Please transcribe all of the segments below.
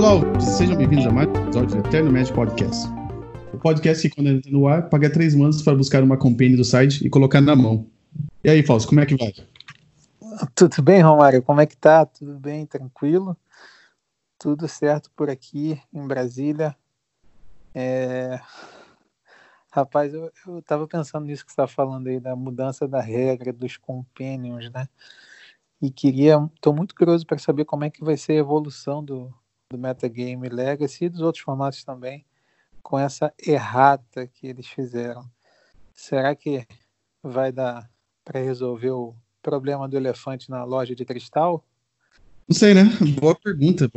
Pessoal, sejam bem-vindos a mais um episódio do Eterno Magic Podcast. O podcast que, quando entra no ar, paga 3 mantos para buscar uma companion do site e colocar na mão. E aí, Fausto, como é que vai? Tudo bem, Romário? Como é que tá? Tudo bem? Tranquilo? Tudo certo por aqui, em Brasília. Rapaz, eu tava pensando nisso que você tá falando aí, da mudança da regra dos companions, né? E tô muito curioso para saber como é que vai ser a evolução do Metagame Legacy e dos outros formatos também, com essa errata que eles fizeram. Será que vai dar para resolver o problema do elefante na loja de cristal? Não sei, né? Boa pergunta.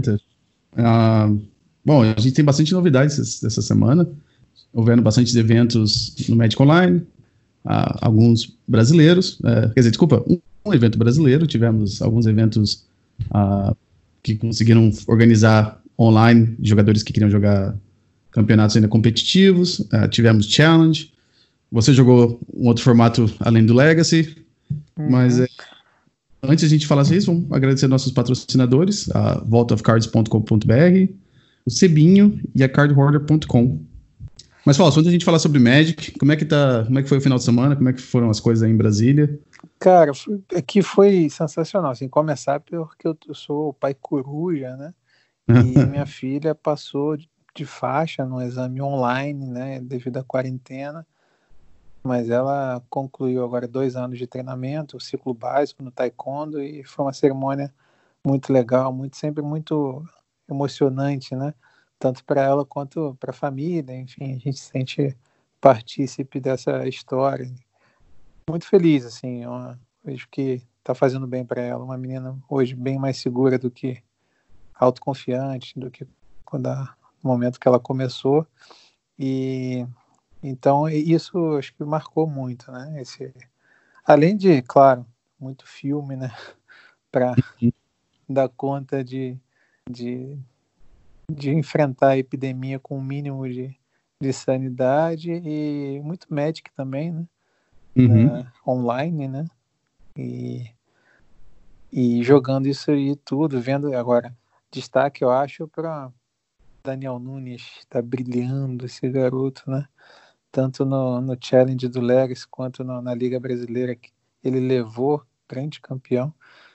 Bom, a gente tem bastante novidades essa semana. Houveram bastante eventos no Magic Online, alguns brasileiros, um evento brasileiro. Tivemos alguns eventos que conseguiram organizar online, jogadores que queriam jogar campeonatos ainda competitivos. Tivemos Challenge. Você jogou um outro formato além do Legacy, mas antes de a gente falar sobre isso, vamos agradecer nossos patrocinadores, a vaultofcards.com.br, o Cebinho e a cardhoarder.com. Mas, Fausto, antes de a gente falar sobre Magic, como é que foi o final de semana? Como é que foram as coisas aí em Brasília? Cara, aqui foi sensacional, assim, começar porque eu sou o pai coruja, né? E minha filha passou de faixa no exame online, né, devido à quarentena, mas ela concluiu agora 2 anos de treinamento, o ciclo básico no taekwondo, e foi uma cerimônia muito legal, sempre muito emocionante, né? Tanto para ela quanto para a família, enfim, a gente se sente partícipe dessa história. Muito feliz, assim, vejo que está fazendo bem para ela, uma menina hoje bem mais segura do que autoconfiante, do que no momento que ela começou, e então isso acho que marcou muito, né? Além de, claro, muito filme, né? Para dar conta de enfrentar a epidemia com o mínimo de sanidade, e muito Magic também, né? Online, né? E jogando isso aí tudo, vendo agora, destaque eu acho para Daniel Nunes, tá brilhando esse garoto, né? Tanto no Challenge do Legacy quanto na Liga Brasileira, que ele levou grande campeão,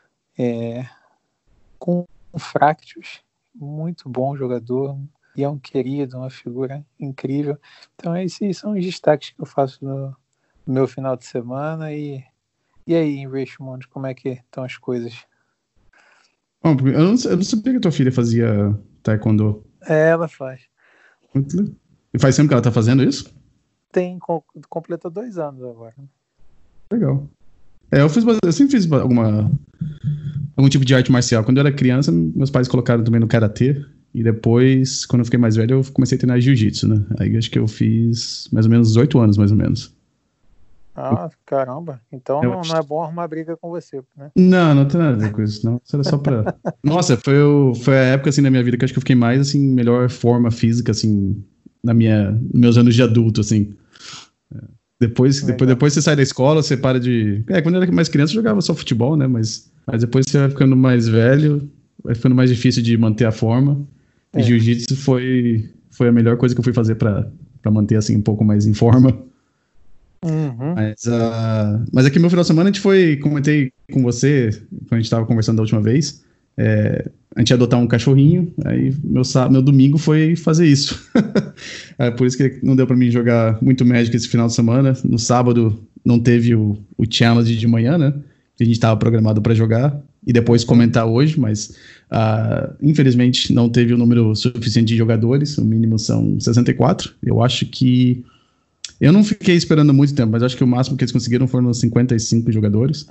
com Fractus, muito bom jogador, e é um querido, uma figura incrível. Então esses são os destaques que eu faço no meu final de semana. E aí, em Richmond, como é que estão as coisas? Bom, eu não sabia que a tua filha fazia taekwondo. Ela faz. E faz tempo que ela tá fazendo isso? Completa 2 anos agora. Legal. Eu sempre fiz algum tipo de arte marcial. Quando eu era criança, meus pais colocaram também no karatê. E depois, quando eu fiquei mais velho, eu comecei a treinar jiu-jitsu, né? Aí acho que eu fiz mais ou menos 8 anos, mais ou menos. Caramba. Então não é bom arrumar briga com você, né? Não tem nada a ver com isso. Não. Isso era só pra... Nossa, foi a época, assim, da minha vida que eu acho que eu fiquei mais, assim, melhor forma física, assim, nos meus anos de adulto, assim. Depois você sai da escola, você para de... Quando eu era mais criança, eu jogava só futebol, né? Mas depois você vai ficando mais velho, vai ficando mais difícil de manter a forma. E jiu-jitsu foi a melhor coisa que eu fui fazer pra manter, assim, um pouco mais em forma. Mas aqui no final de semana comentei com você, quando a gente tava conversando da última vez, a gente ia adotar um cachorrinho, aí meu domingo foi fazer isso. Por isso que não deu pra mim jogar muito Magic esse final de semana. No sábado não teve o challenge de manhã, né? Que a gente tava programado pra jogar e depois comentar hoje, mas infelizmente não teve o número suficiente de jogadores, o mínimo são 64. Eu não fiquei esperando muito tempo, mas acho que o máximo que eles conseguiram foram 55 jogadores.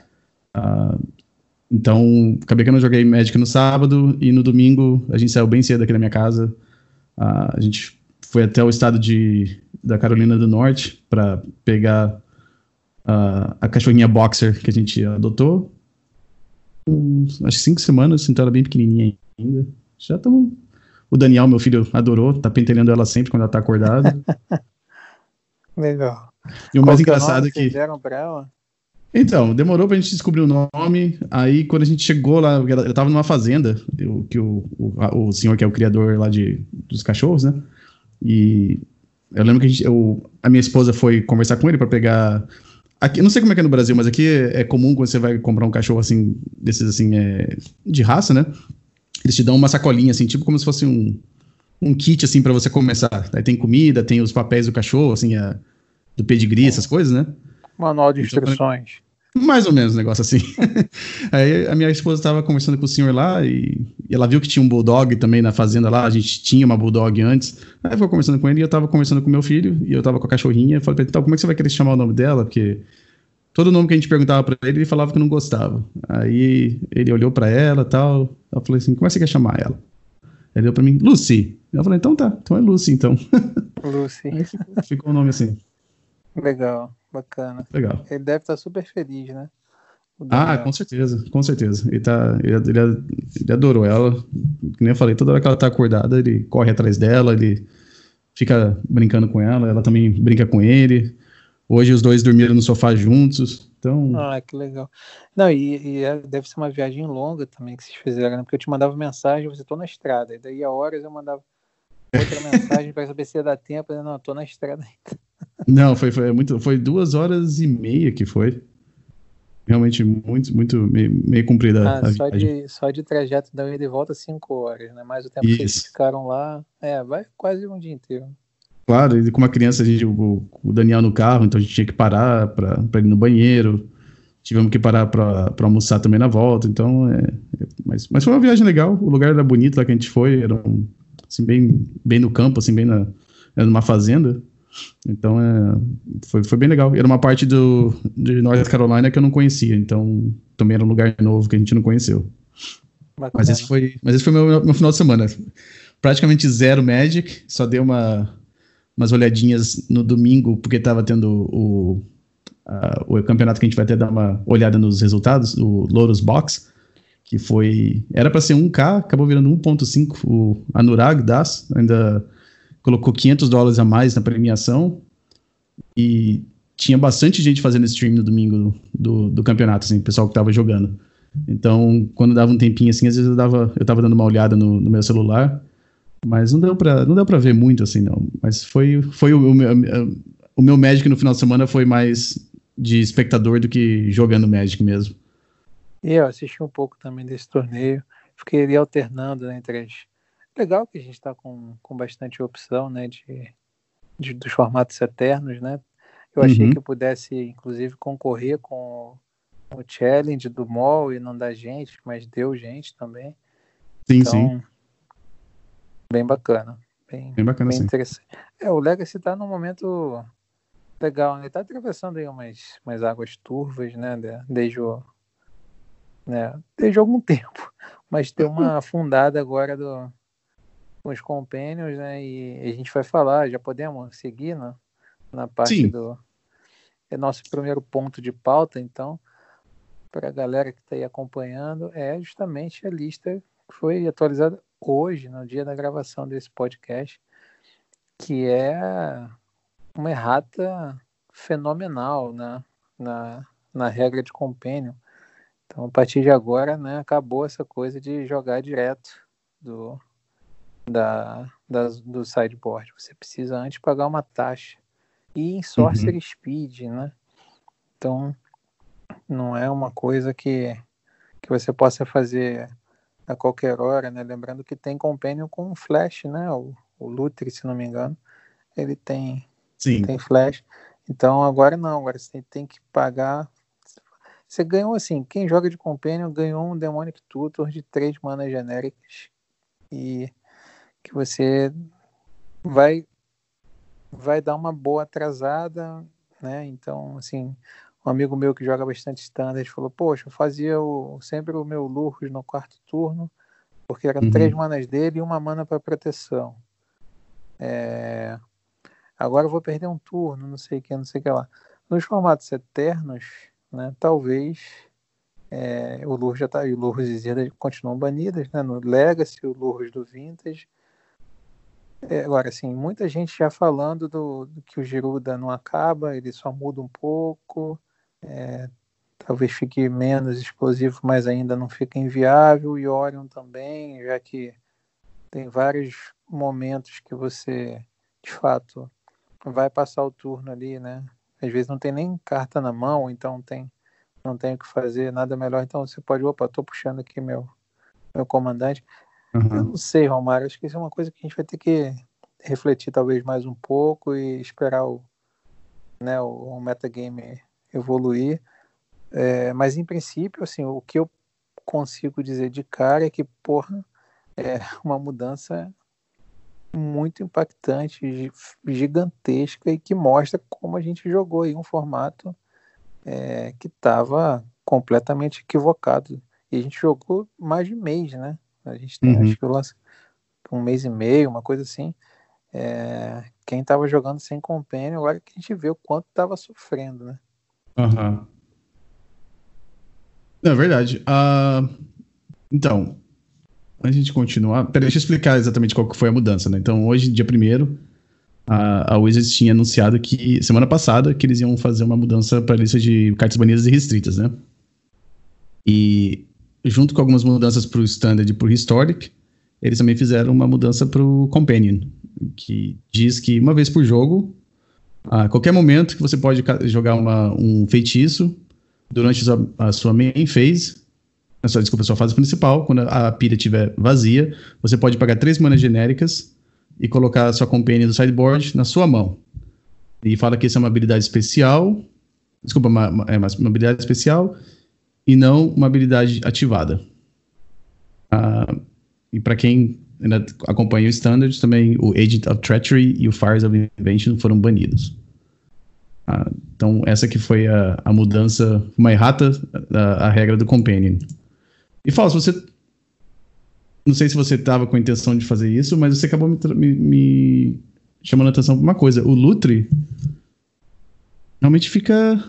Então, acabei que eu não joguei Magic no sábado, e no domingo a gente saiu bem cedo aqui da minha casa. A gente foi até o estado da Carolina do Norte para pegar a cachorrinha boxer que a gente adotou. Acho que 5 semanas, então ela é bem pequenininha ainda. Já estamos... O Daniel, meu filho, adorou, tá pentelhando ela sempre quando ela tá acordada. Legal. E o mais engraçado é que... deram pra ela? Então, demorou pra gente descobrir o nome. Aí, quando a gente chegou lá, eu tava numa fazenda, que o senhor que é o criador lá dos cachorros, né? E eu lembro que a minha esposa foi conversar com ele pra pegar. Aqui, eu não sei como é que é no Brasil, mas aqui é comum quando você vai comprar um cachorro assim, desses assim, de raça, né? Eles te dão uma sacolinha, assim, tipo como se fosse um kit, assim, pra você começar. Aí tem comida, tem os papéis do cachorro, assim, do pedigree, essas Um coisas, né? manual de Então, instruções. mais ou menos um negócio assim. Aí a minha esposa estava conversando com o senhor lá e ela viu que tinha um bulldog também na fazenda lá. A gente tinha uma bulldog antes. Aí ficou conversando com ele e eu estava conversando com meu filho e eu estava com a cachorrinha. Eu falei pra ele, então, como é que você vai querer chamar o nome dela? Porque todo nome que a gente perguntava para ele, ele falava que não gostava. Aí ele olhou para ela e tal. Eu falei assim, como é que você quer chamar ela? Ele deu para mim, Lucy. Eu falei, então tá, então é Lucy, então. Lucy. Aí ficou o nome assim. Legal, bacana. Legal. Ele deve estar super feliz, né? O Ah, Daniel. com certeza, com certeza. Ele adorou ela. Que nem eu falei, toda hora que ela tá acordada, ele corre atrás dela, ele fica brincando com ela, ela também brinca com ele. Hoje os dois dormiram no sofá juntos. Então, Ah, que legal. Não, deve ser uma viagem longa também que vocês fizeram, né? Porque eu te mandava mensagem, você tô na estrada. E daí a horas eu mandava outra mensagem para saber se ia dar tempo. Eu, não, tô na estrada ainda. não, foi 2 horas e meia que foi. Realmente meio comprida Ah, a viagem. só de trajeto da ida e volta 5 horas, né? Mais o tempo que vocês Isso. ficaram lá. Vai quase um dia inteiro. Claro, e com uma criança, o Daniel no carro, então a gente tinha que parar para ir no banheiro. Tivemos que parar para almoçar também na volta, então mas foi uma viagem legal, o lugar era bonito lá que a gente foi, era assim, bem no campo, assim, era numa fazenda, então foi bem legal. Era uma parte de North Carolina que eu não conhecia, então também era um lugar novo que a gente não conheceu. Mas esse Bacana. foi meu final de semana. Praticamente zero Magic, só dei umas olhadinhas no domingo, porque estava tendo o campeonato que a gente vai até dar uma olhada nos resultados, o Lotus Box, que era para ser 1K, acabou virando 1.5. O Anurag Das ainda colocou $500 a mais na premiação e tinha bastante gente fazendo stream no domingo do campeonato, assim, o pessoal que tava jogando. Então, quando dava um tempinho assim, às vezes eu tava dando uma olhada no meu celular, mas não deu pra ver muito assim, não. Mas foi o meu Magic no final de semana foi mais de espectador do que jogando Magic mesmo. E eu assisti um pouco também desse torneio. Fiquei ali alternando, né, entre as. Legal que a gente está com bastante opção, né, dos formatos eternos, né? Eu achei que Uhum. eu pudesse, inclusive, concorrer com o challenge do mall e não da gente, mas deu gente também. Sim, sim. Então, bem bacana, bem, Bem bacana, bem sim. interessante. O Legacy está num momento legal, né? Ele está atravessando aí umas águas turvas, né? Desde algum tempo, mas deu uma afundada agora com os Companions, né? E a gente vai falar, já podemos seguir na parte Sim. do. É nosso primeiro ponto de pauta, então, para a galera que está aí acompanhando, é justamente a lista que foi atualizada hoje, no dia da gravação desse podcast, que é uma errata fenomenal, né? Na regra de Companion. Então, a partir de agora, né, acabou essa coisa de jogar direto do, do sideboard. Você precisa antes pagar uma taxa. E em Uhum. Sorcery Speed, né? Então, não é uma coisa que você possa fazer a qualquer hora, né? Lembrando que tem Companion com Flash, né? O Lutri, se não me engano, ele Sim. tem Flash. Então, agora não. Agora você tem que pagar. Você ganhou assim, quem joga de Companion ganhou um Demonic Tutor de 3 manas genéricas e que você vai dar uma boa atrasada, né? Então, assim, um amigo meu que joga bastante Standard falou, poxa, eu fazia sempre o meu Lurkus no quarto turno, porque eram 3 Uhum. manas dele e uma mana para proteção. Agora eu vou perder um turno, não sei o que, não sei o que lá. Nos formatos eternos, né, talvez o Lurkus já tá, e o Lurkus e Zirda continuam banidas, né? No Legacy, o Lurkus do Vintage. Agora, assim, muita gente já falando do que o Giruda não acaba, ele só muda um pouco. talvez fique menos explosivo, mas ainda não fica inviável. E Orion também, já que tem vários momentos que você, de fato, vai passar o turno ali, né? Às vezes não tem nem carta na mão, então não tem o que fazer, nada melhor. Então você pode, opa, tô puxando aqui meu comandante. Eu não sei, Romário, acho que isso é uma coisa que a gente vai ter que refletir talvez mais um pouco e esperar o metagame evoluir. Mas em princípio, assim, o que eu consigo dizer de cara é que, porra, é uma mudança muito impactante, gigantesca e que mostra como a gente jogou em um formato que estava completamente equivocado. E a gente jogou mais de mês, né? A gente tem, acho que um mês e meio, uma coisa assim. Quem estava jogando sem companion, agora que a gente vê o quanto estava sofrendo, né? Não, é verdade. Então, antes de a gente continuar, peraí, deixa eu explicar exatamente qual que foi a mudança, né? Então, hoje, dia 1º, a Wizards tinha anunciado que, semana passada, que eles iam fazer uma mudança para a lista de cartas banidas e restritas, né? E, junto com algumas mudanças para o Standard e para o Historic, eles também fizeram uma mudança para o Companion, que diz que uma vez por jogo, a qualquer momento que você pode jogar um feitiço durante a sua main phase, a sua fase principal, quando a pilha estiver vazia, você pode pagar 3 manas genéricas e colocar a sua companion do sideboard na sua mão. E fala que isso é uma habilidade especial, desculpa, uma habilidade especial e não uma habilidade ativada. E para quem ainda acompanha o Standard, também o Agent of Treachery e o Fires of Invention foram banidos. Então essa que foi a mudança, uma errata a regra do Companion. E Fausto, não sei se você estava com a intenção de fazer isso, mas você acabou me chamando a atenção para uma coisa. O Lutri realmente fica...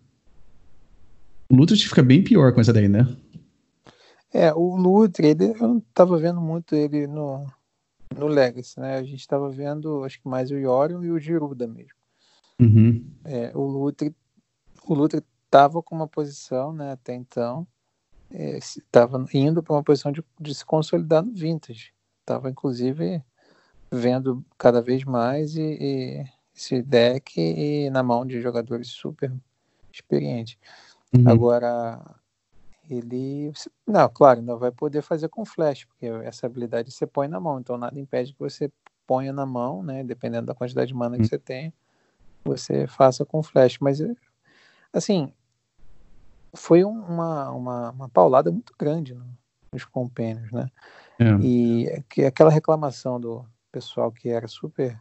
O Lutri fica bem pior com essa daí, né? O Lutri, eu não estava vendo muito ele no Legacy, né? A gente estava vendo, acho que mais o Yorion e o Giruda mesmo. O Lutri estava com uma posição, né, até então, estava indo para uma posição de se consolidar no Vintage. Estava, inclusive, vendo cada vez mais esse deck na mão de jogadores super experientes. Agora, ele... Não, claro, não vai poder fazer com flash, porque essa habilidade você põe na mão, então nada impede que você ponha na mão, né, dependendo da quantidade de mana que você tem, você faça com flash. Mas, assim, foi uma paulada muito grande nos compênios, né? E que aquela reclamação do pessoal que era super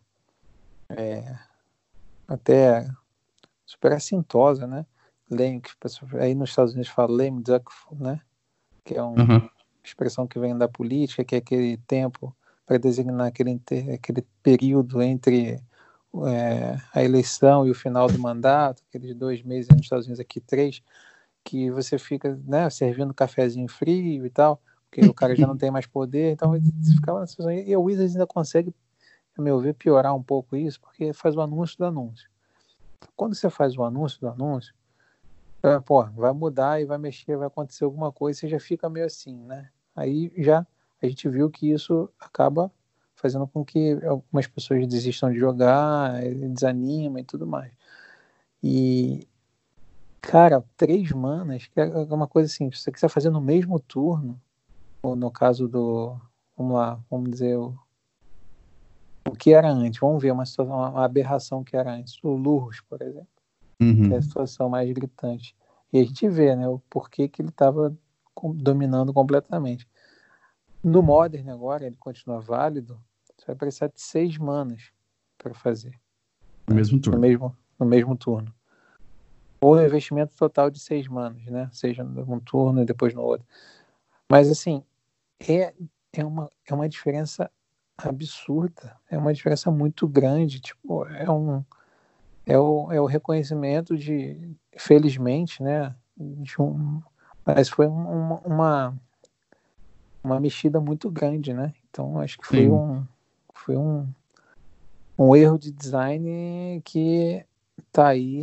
até super assintosa, né? Lame, que aí nos Estados Unidos fala lame duck, né? Que é uma expressão que vem da política, que é aquele tempo para designar aquele período entre a eleição e o final do mandato, aqueles 2 meses nos Estados Unidos, aqui 3, que você fica, né, servindo cafezinho frio e tal, porque o cara já não tem mais poder, então você ficava nessa situação. E o Wizards ainda consegue, a meu ver, piorar um pouco isso, porque faz o anúncio do anúncio. Quando você faz o anúncio do anúncio, vai mudar e vai mexer, vai acontecer alguma coisa, você já fica meio assim, né? Aí já a gente viu que isso acaba fazendo com que algumas pessoas desistam de jogar, desanimam e tudo mais. E, cara, 3 manas, que é uma coisa assim, se você quiser fazer no mesmo turno, ou no caso do, vamos lá, vamos dizer, o que era antes, vamos ver uma situação, uma aberração que era antes, o Lurrus, por exemplo, que é a situação mais gritante. E a gente vê, né, o porquê que ele estava dominando completamente. No Modern agora, ele continua válido, você vai precisar de 6 manas para fazer. No mesmo turno. No mesmo turno. Ou um investimento total de 6 manas, né? Seja num turno e depois no outro. Mas, assim, é uma diferença absurda. É uma diferença muito grande. Tipo, é o reconhecimento de, felizmente, né? Mas foi uma mexida muito grande, né? Então, acho que foi um erro de design que tá aí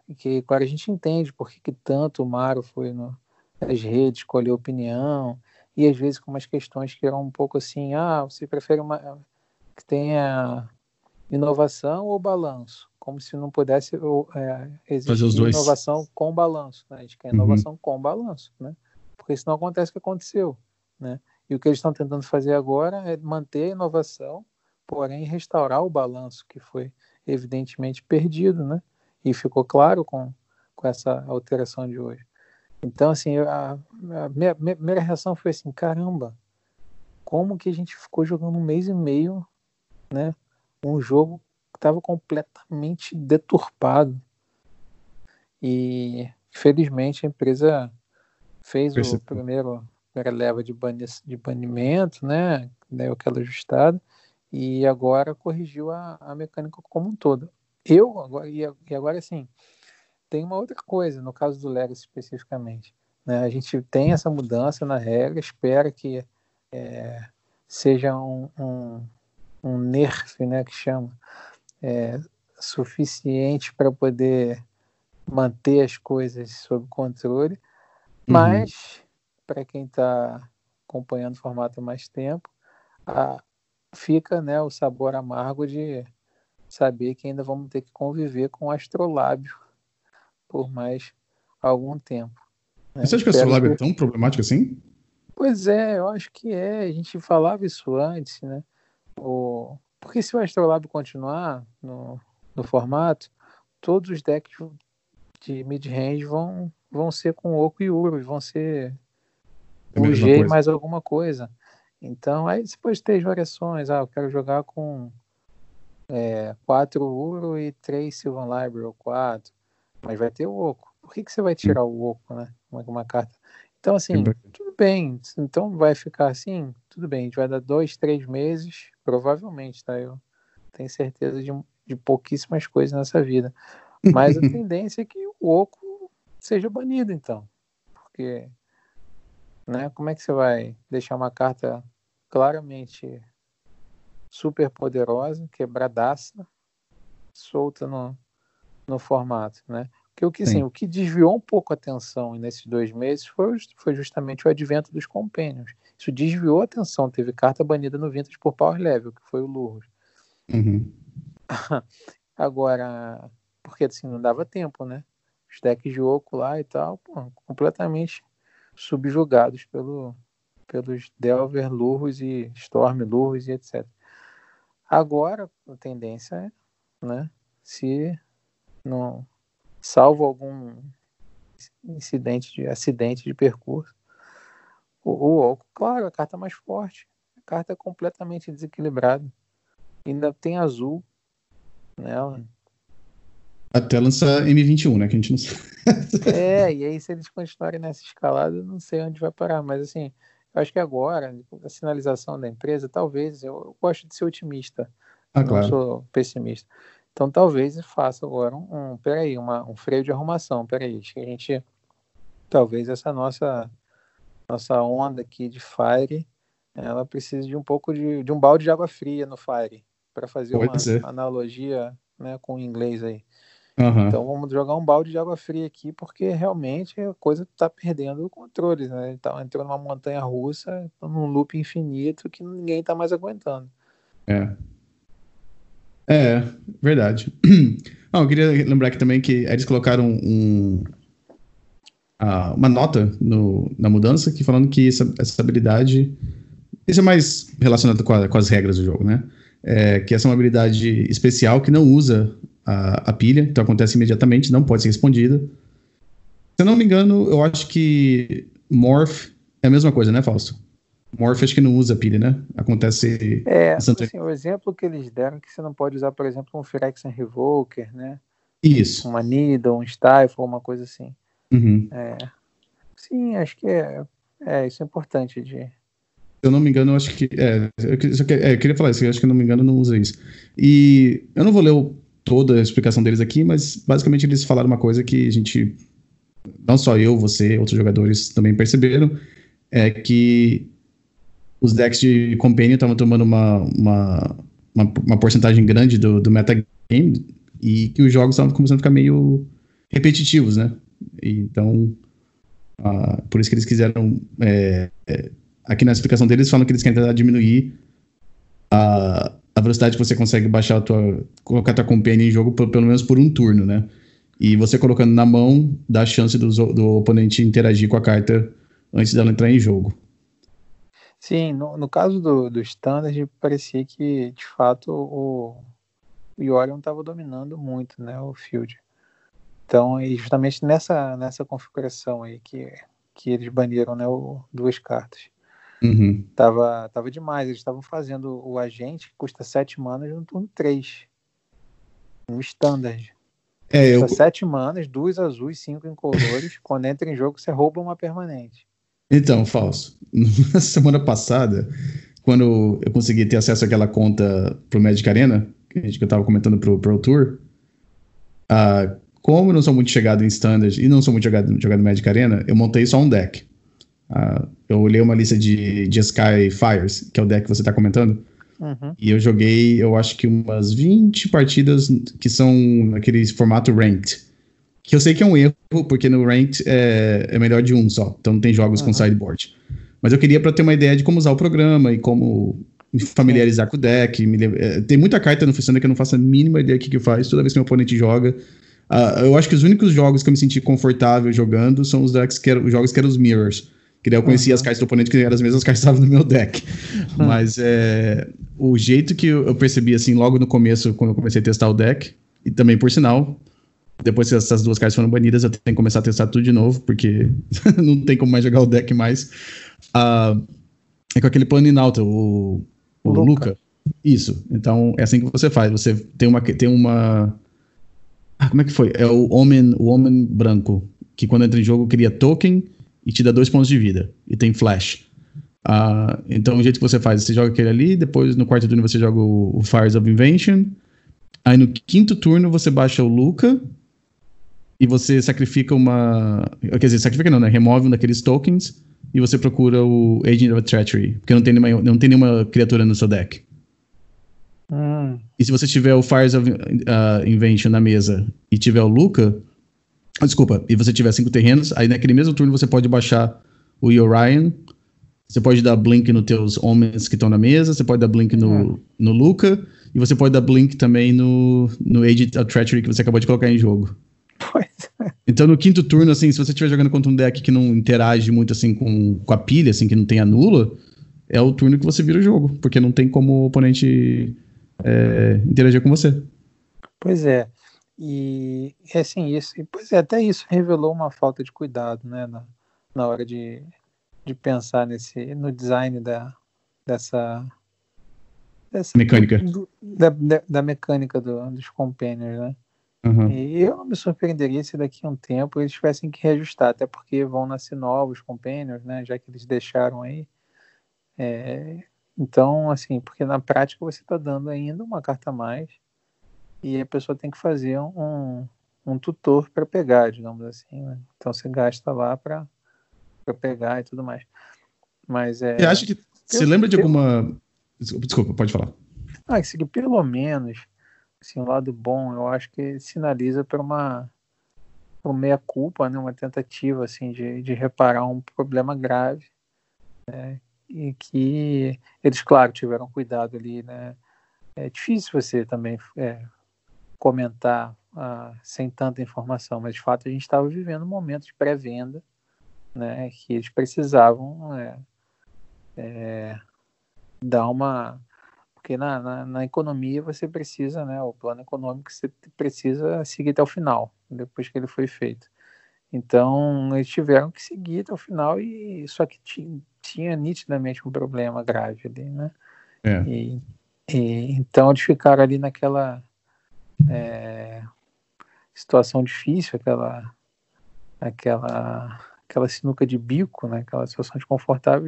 que agora a gente entende por que tanto o Mario foi nas redes, escolheu opinião, e às vezes com umas questões que eram um pouco assim, você prefere que tenha inovação ou balanço? Como se não pudesse Fazer os existir dois. inovação com balanço, né? A gente quer inovação com balanço, né? Porque isso não acontece o que aconteceu, né? E o que eles estão tentando fazer agora é manter a inovação, porém restaurar o balanço que foi evidentemente perdido, né? E ficou claro com essa alteração de hoje. Então, assim, a minha primeira reação foi assim, caramba, como que a gente ficou jogando 1 mês e meio, né? Um jogo que estava completamente deturpado. E, felizmente, a empresa fez o primeira leva de banimento, né? Deu aquela ajustada, e agora corrigiu a mecânica como um todo. Agora sim, tem uma outra coisa, no caso do Legacy especificamente, né? A gente tem essa mudança na regra, espera que seja um nerf, né, que chama, suficiente para poder manter as coisas sob controle, mas para quem está acompanhando o formato há mais tempo, fica, né, o sabor amargo de saber que ainda vamos ter que conviver com o astrolábio por mais algum tempo, né? Você acha que o astrolábio é tão problemático assim? Pois é, eu acho que a gente falava isso antes, né? Porque se o astrolábio continuar no formato, todos os decks de mid-range vão ser com Oco e Uro, vão ser um G e mais alguma coisa. Então, aí você pode ter as variações. Eu quero jogar com 4 Uro e 3 Sylvan Library, ou 4. Mas vai ter o Oco. Por que você vai tirar o Oco, né? Uma carta. Então, assim, tudo bem. Então vai ficar assim, tudo bem. A gente vai dar 2, 3 meses, provavelmente, tá? Eu tenho certeza de pouquíssimas coisas nessa vida. Mas a tendência é que o Oco seja banido, então. Porque, né, como é que você vai deixar uma carta claramente super poderosa, quebradaça, solta no formato, né? Porque o que desviou um pouco a atenção nesses 2 meses foi justamente o advento dos Companions. Isso desviou a atenção. Teve carta banida no Vintage por Power Level, que foi o Lurrus. Agora, porque assim, não dava tempo, né? Os decks de Oco lá e tal, completamente subjugados pelos Delver, Lurrus e Storm, Lurrus e etc. Agora, a tendência é, né? Se não, salvo algum acidente de percurso, o Oco, claro, a carta mais forte, a carta é completamente desequilibrada, ainda tem azul nela. Até lançar M21, né, que a gente não sabe. E aí se eles continuarem nessa escalada, eu não sei onde vai parar, mas assim, eu acho que agora, a sinalização da empresa, talvez, eu gosto de ser otimista, não sou pessimista. Então talvez faça agora um freio de arrumação. Acho que a gente, talvez essa nossa onda aqui de Fire, ela precisa de um pouco de um balde de água fria no Fire, para fazer uma analogia, né, com o inglês aí. Então vamos jogar um balde de água fria aqui, porque realmente a coisa está perdendo o controle, né? Então entrou numa montanha russa, num loop infinito que ninguém está mais aguentando. Verdade. Eu queria lembrar aqui também que eles colocaram uma nota na mudança que falando que essa habilidade, isso é mais relacionado com as regras do jogo, né? Que essa é uma habilidade especial que não usa a pilha, então acontece imediatamente, não pode ser respondida. Se eu não me engano, eu acho que Morph é a mesma coisa, né, Fausto? Morph acho que não usa pilha, né? Acontece... assim, o exemplo que eles deram é que você não pode usar, por exemplo, um Phyrexian Revoker, né? Isso. Uma Nida, um Stifle, uma coisa assim. Sim, acho que isso é importante de... Se eu não me engano, eu acho que... eu queria falar isso, eu acho que, se eu não me engano, não usa isso. E eu não vou ler toda a explicação deles aqui, mas basicamente eles falaram uma coisa que a gente... Não só eu, você, outros jogadores também perceberam, é que os decks de Companion estavam tomando uma porcentagem grande do metagame e que os jogos estavam começando a ficar meio repetitivos, né? Então, por isso que eles quiseram... aqui na explicação deles, falam que eles querem tentar diminuir a velocidade que você consegue baixar colocar a tua companion em jogo pelo menos por um turno, né? E você colocando na mão, dá a chance do oponente interagir com a carta antes dela entrar em jogo. Sim, no caso do Standard, parecia que, de fato, o Yorion estava dominando muito, né, o field. Então, e justamente nessa configuração aí que eles baniram, né, duas cartas. Uhum. Tava demais. Eles estavam fazendo o agente, que custa 7 manas, no turno 3. No Standard. Custa 7 manas, 2 azuis, 5 incolores. Quando entra em jogo, você rouba uma permanente. Então, Fausto, na semana passada, quando eu consegui ter acesso àquela conta pro Magic Arena, que eu tava comentando pro Pro Tour, como eu não sou muito chegado em Standard e não sou muito chegado no Magic Arena, eu montei só um deck. Eu olhei uma lista de Sky Fires, que é o deck que você tá comentando, e eu joguei, eu acho que umas 20 partidas que são naquele formato Ranked. Que eu sei que é um erro, porque no Ranked é melhor de um só, então não tem jogos com sideboard. Mas eu queria para ter uma ideia de como usar o programa e como me familiarizar com o deck. Tem muita carta no Fissanda que eu não faço a mínima ideia do que faz toda vez que meu oponente joga. Eu acho que os únicos jogos que eu me senti confortável jogando são os jogos que eram os Mirrors. Que daí eu conhecia as cartas do oponente, que eram as mesmas cartas que estavam no meu deck. Mas o jeito que eu percebi, assim, logo no começo, quando eu comecei a testar o deck, e também, por sinal, depois que essas duas cartas foram banidas, eu tenho que começar a testar tudo de novo, porque não tem como mais jogar o deck mais. É com aquele plano Inalta, o Luca. Isso. Então, é assim que você faz. Você tem uma... como é que foi? É o Homem branco, que quando entra em jogo cria token e te dá 2 pontos de vida. E tem flash. Então, o jeito que você faz, você joga aquele ali, depois no quarto turno você joga o Fires of Invention. Aí no quinto turno você baixa o Luca e você sacrifica quer dizer, sacrifica não, né? Remove um daqueles tokens e você procura o Agent of Treachery, porque não tem nenhuma criatura no seu deck. E se você tiver o Fires of Invention na mesa e tiver o Luca, e você tiver 5 terrenos, aí naquele mesmo turno você pode baixar o Orion, você pode dar Blink nos teus Homens que estão na mesa, você pode dar Blink no Luca, e você pode dar Blink também no Agent of Treachery que você acabou de colocar em jogo. Então no quinto turno, assim, se você estiver jogando contra um deck que não interage muito assim com a pilha, assim, que não tem anula, é o turno que você vira o jogo, porque não tem como o oponente interagir com você. Pois é. E assim, até isso revelou uma falta de cuidado, né, na hora de pensar no design dessa Mecânica. Da mecânica dos Companions, né? Uhum. E eu não me surpreenderia se daqui a um tempo eles tivessem que reajustar, até porque vão nascer novos Companions, né? Já que eles deixaram aí. Então, assim, porque na prática você está dando ainda uma carta a mais e a pessoa tem que fazer um tutor para pegar, digamos assim, né? Então você gasta lá para pegar e tudo mais. Mas Você acha que... Você lembra de alguma... Desculpa, pode falar. Isso aqui, pelo menos, assim, o lado bom, eu acho que sinaliza para uma meia-culpa, né? Uma tentativa, assim, de reparar um problema grave, né? E que eles, claro, tiveram cuidado ali, né? É difícil você também comentar sem tanta informação, mas de fato a gente estava vivendo um momento de pré-venda, né, que eles precisavam dar uma... Porque na economia você precisa, né, o plano econômico você precisa seguir até o final, depois que ele foi feito. Então eles tiveram que seguir até o final, e só que tinha nitidamente um problema grave ali, né? Então eles ficaram ali naquela situação difícil, aquela sinuca de bico, né? Aquela situação desconfortável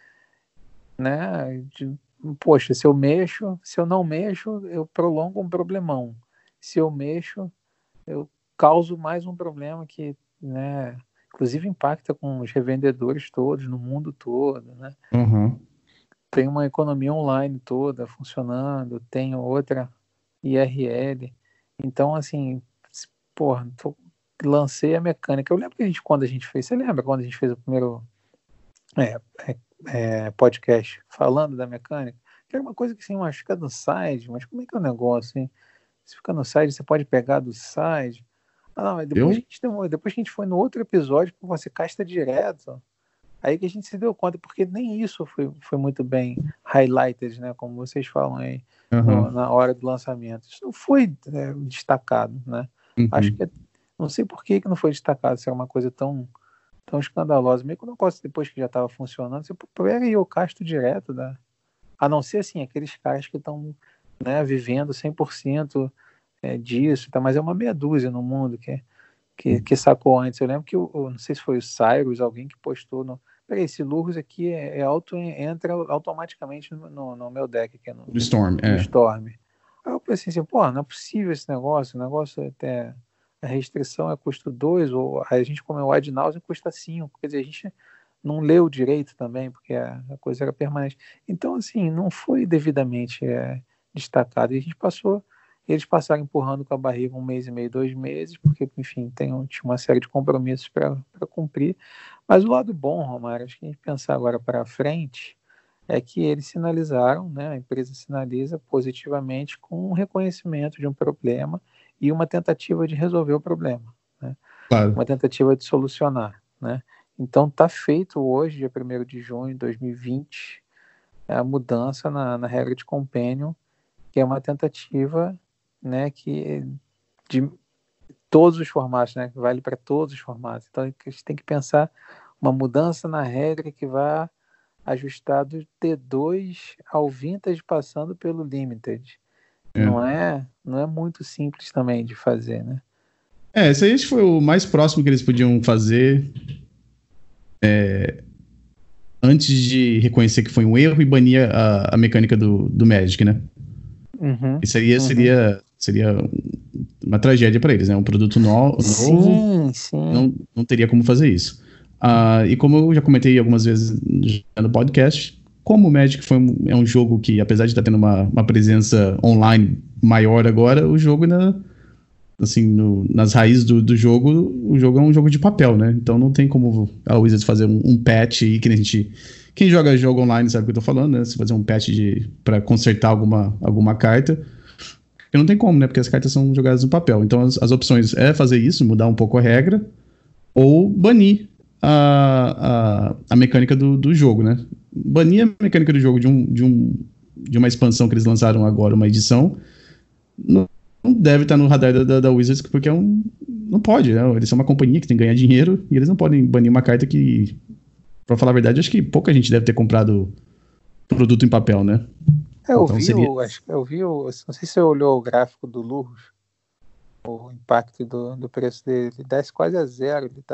poxa, se eu não mexo, eu prolongo um problemão. Se eu mexo, eu causo mais um problema que, né, inclusive impacta com os revendedores todos, no mundo todo, né? Uhum. Tem uma economia online toda funcionando, tem outra IRL. Então, assim, porra, lancei a mecânica. Eu lembro que quando a gente fez, você lembra quando a gente fez o primeiro podcast falando da mecânica? Que era uma coisa que assim, mas fica no site, mas como é que é o negócio, hein? Se fica no site, você pode pegar do site. Não, mas depois que a gente foi no outro episódio, você casta direto. Aí que a gente se deu conta, porque nem isso foi muito bem highlighted, né? Como vocês falam aí na hora do lançamento. Isso não foi destacado, né? Acho que não sei por que não foi destacado, se é uma coisa tão escandalosa. Meio que o negócio, depois que já estava funcionando, você pega aí o casto direto a não ser assim, aqueles caras que estão, né, vivendo 100% disso, tá? Mas é uma meia dúzia no mundo que sacou antes. Eu lembro que não sei se foi o Cyrus, alguém que postou peraí, esse Lurrus aqui entra automaticamente no meu deck, que é no Storm. No Storm. Aí eu pensei assim, pô, não é possível esse negócio, o negócio até a restrição é custo 2, ou a gente comeu o Ad Nauseam custa 5, quer dizer, a gente não leu direito também, porque a coisa era permanente. Então, assim, não foi devidamente destacado, e eles passaram empurrando com a barriga 1 mês e meio, 2 meses, porque, enfim, tinha uma série de compromissos para cumprir. Mas o lado bom, Romário, acho que a gente pensar agora para frente, é que eles sinalizaram, né, a empresa sinaliza positivamente com um reconhecimento de um problema e uma tentativa de resolver o problema, né? Claro. Uma tentativa de solucionar, né? Então está feito hoje, dia 1º de junho de 2020, a mudança na regra de Companion, que é uma tentativa, né, de todos os formatos, né, que vale para todos os formatos. Então a gente tem que pensar uma mudança na regra que vai ajustar do T2 ao Vintage passando pelo Limited. Não é muito simples também de fazer, né? Esse aí acho que foi o mais próximo que eles podiam fazer antes de reconhecer que foi um erro e banir a mecânica do Magic, né? E seria uma tragédia para eles, né? Um produto novo, sim. Não teria como fazer isso. E como eu já comentei algumas vezes no podcast, como o Magic é um jogo que, apesar de estar tendo uma presença online maior agora, o jogo ainda, assim, nas raízes do jogo, o jogo é um jogo de papel, né? Então não tem como a Wizards fazer um patch aí que a gente... Quem joga jogo online sabe o que eu tô falando, né? Se fazer um patch para consertar alguma carta, porque não tem como, né? Porque as cartas são jogadas no papel. Então as opções é fazer isso, mudar um pouco a regra, ou banir a mecânica do jogo, né? Banir a mecânica do jogo de uma expansão que eles lançaram agora, uma edição, não deve estar no radar da Wizards, porque não pode, né? Eles são uma companhia que tem que ganhar dinheiro e eles não podem banir uma carta que, pra falar a verdade, acho que pouca gente deve ter comprado produto em papel, né? Eu vi, não sei se você olhou o gráfico do Lurrus, o impacto do preço dele, ele desce quase a zero, ele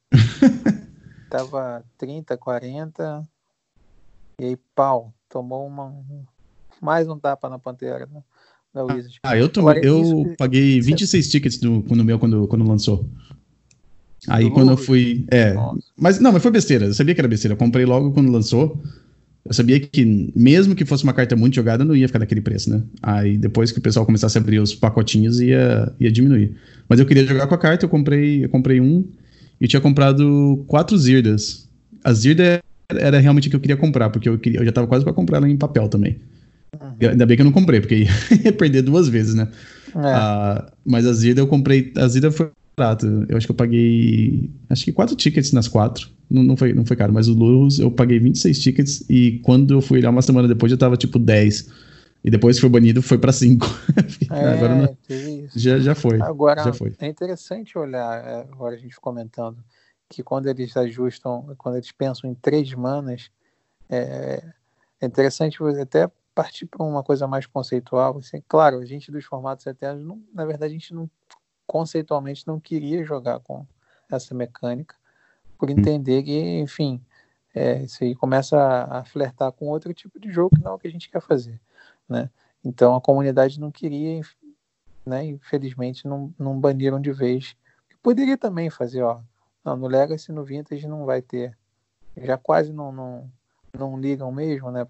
tava 30, 40, e aí pau, tomou mais um tapa na pantera, né, da Wizard. Eu paguei 26 tickets no meu quando lançou. Aí quando eu fui... mas foi besteira, eu sabia que era besteira, eu comprei logo quando lançou. Eu sabia que, mesmo que fosse uma carta muito jogada, não ia ficar daquele preço, né? Aí depois que o pessoal começasse a abrir os pacotinhos, ia diminuir. Mas eu queria jogar com a carta, eu comprei um, e eu tinha comprado 4 Zirdas. A Zirda era realmente o que eu queria comprar, porque eu já tava quase pra comprar ela em papel também. Ainda bem que eu não comprei, porque ia perder 2 vezes, né? Mas a Zirda eu comprei, a Zirda foi barato. Eu acho que eu paguei 4 tickets nas 4. Não foi caro, mas o Lurrus eu paguei 26 tickets e quando eu fui olhar uma semana depois já tava tipo 10. E depois que foi banido foi pra 5. Agora já foi. Agora, já foi. É interessante olhar, agora a gente comentando, que quando eles ajustam, quando eles pensam em 3 manas, é interessante você até partir para uma coisa mais conceitual. Assim, claro, a gente dos formatos eternos, na verdade, a gente conceitualmente não queria jogar com essa mecânica, por entender que, enfim, isso aí começa a flertar com outro tipo de jogo que não é o que a gente quer fazer, né? Então a comunidade não queria, né? Infelizmente não baniram de vez. Poderia também fazer, no Legacy, no Vintage não vai ter. Já quase não ligam mesmo, né?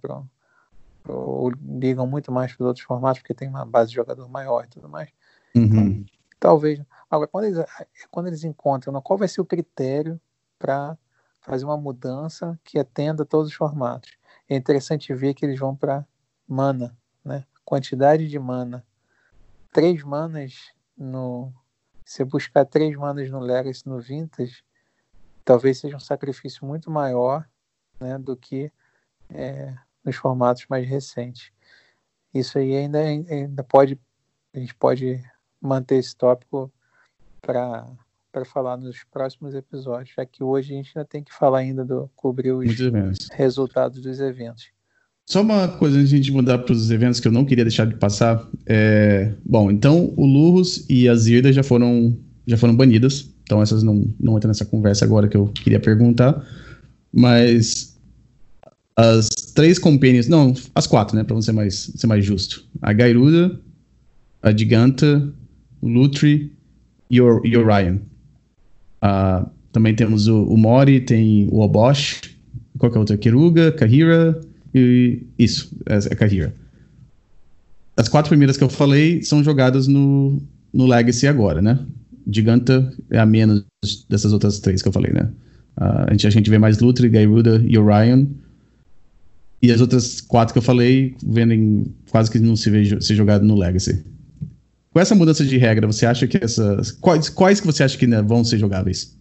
Ligam muito mais para os outros formatos, porque tem uma base de jogador maior e tudo mais. Então, talvez. Agora, quando eles encontram, né, qual vai ser o critério para fazer uma mudança que atenda a todos os formatos? É interessante ver que eles vão para mana, né? Quantidade de mana. 3 manas no... Se buscar 3 manas no Legacy, no Vintage, talvez seja um sacrifício muito maior, né, do que nos formatos mais recentes. Isso aí ainda pode... A gente pode manter esse tópico para falar nos próximos episódios, já que hoje a gente ainda tem que falar ainda cobrir os Muitos eventos. resultados dos eventos. Só uma coisa antes de a gente mudar para os eventos que eu não queria deixar de passar. Bom, então o Lurrus e a Zirda já foram banidas. Então essas não entram nessa conversa agora que eu queria perguntar. Mas as 3 companions... Não, as 4, né? Para ser mais justo. A Gairuda, a Giganta, o Lutri e o Orion. Também temos o Mori, tem o Obosh. Qual que é a outra? Keruga, Kahira... Isso, é Kahira. As 4 primeiras que eu falei são jogadas no Legacy agora, né? Giganta é a menos dessas outras 3 que eu falei, né? A gente vê mais Lutri, Gairuda e Orion. E as outras 4 que eu falei vendem quase que não se vê ser jogado no Legacy. Com essa mudança de regra, você acha que essas... Quais que você acha que, né, vão ser jogáveis?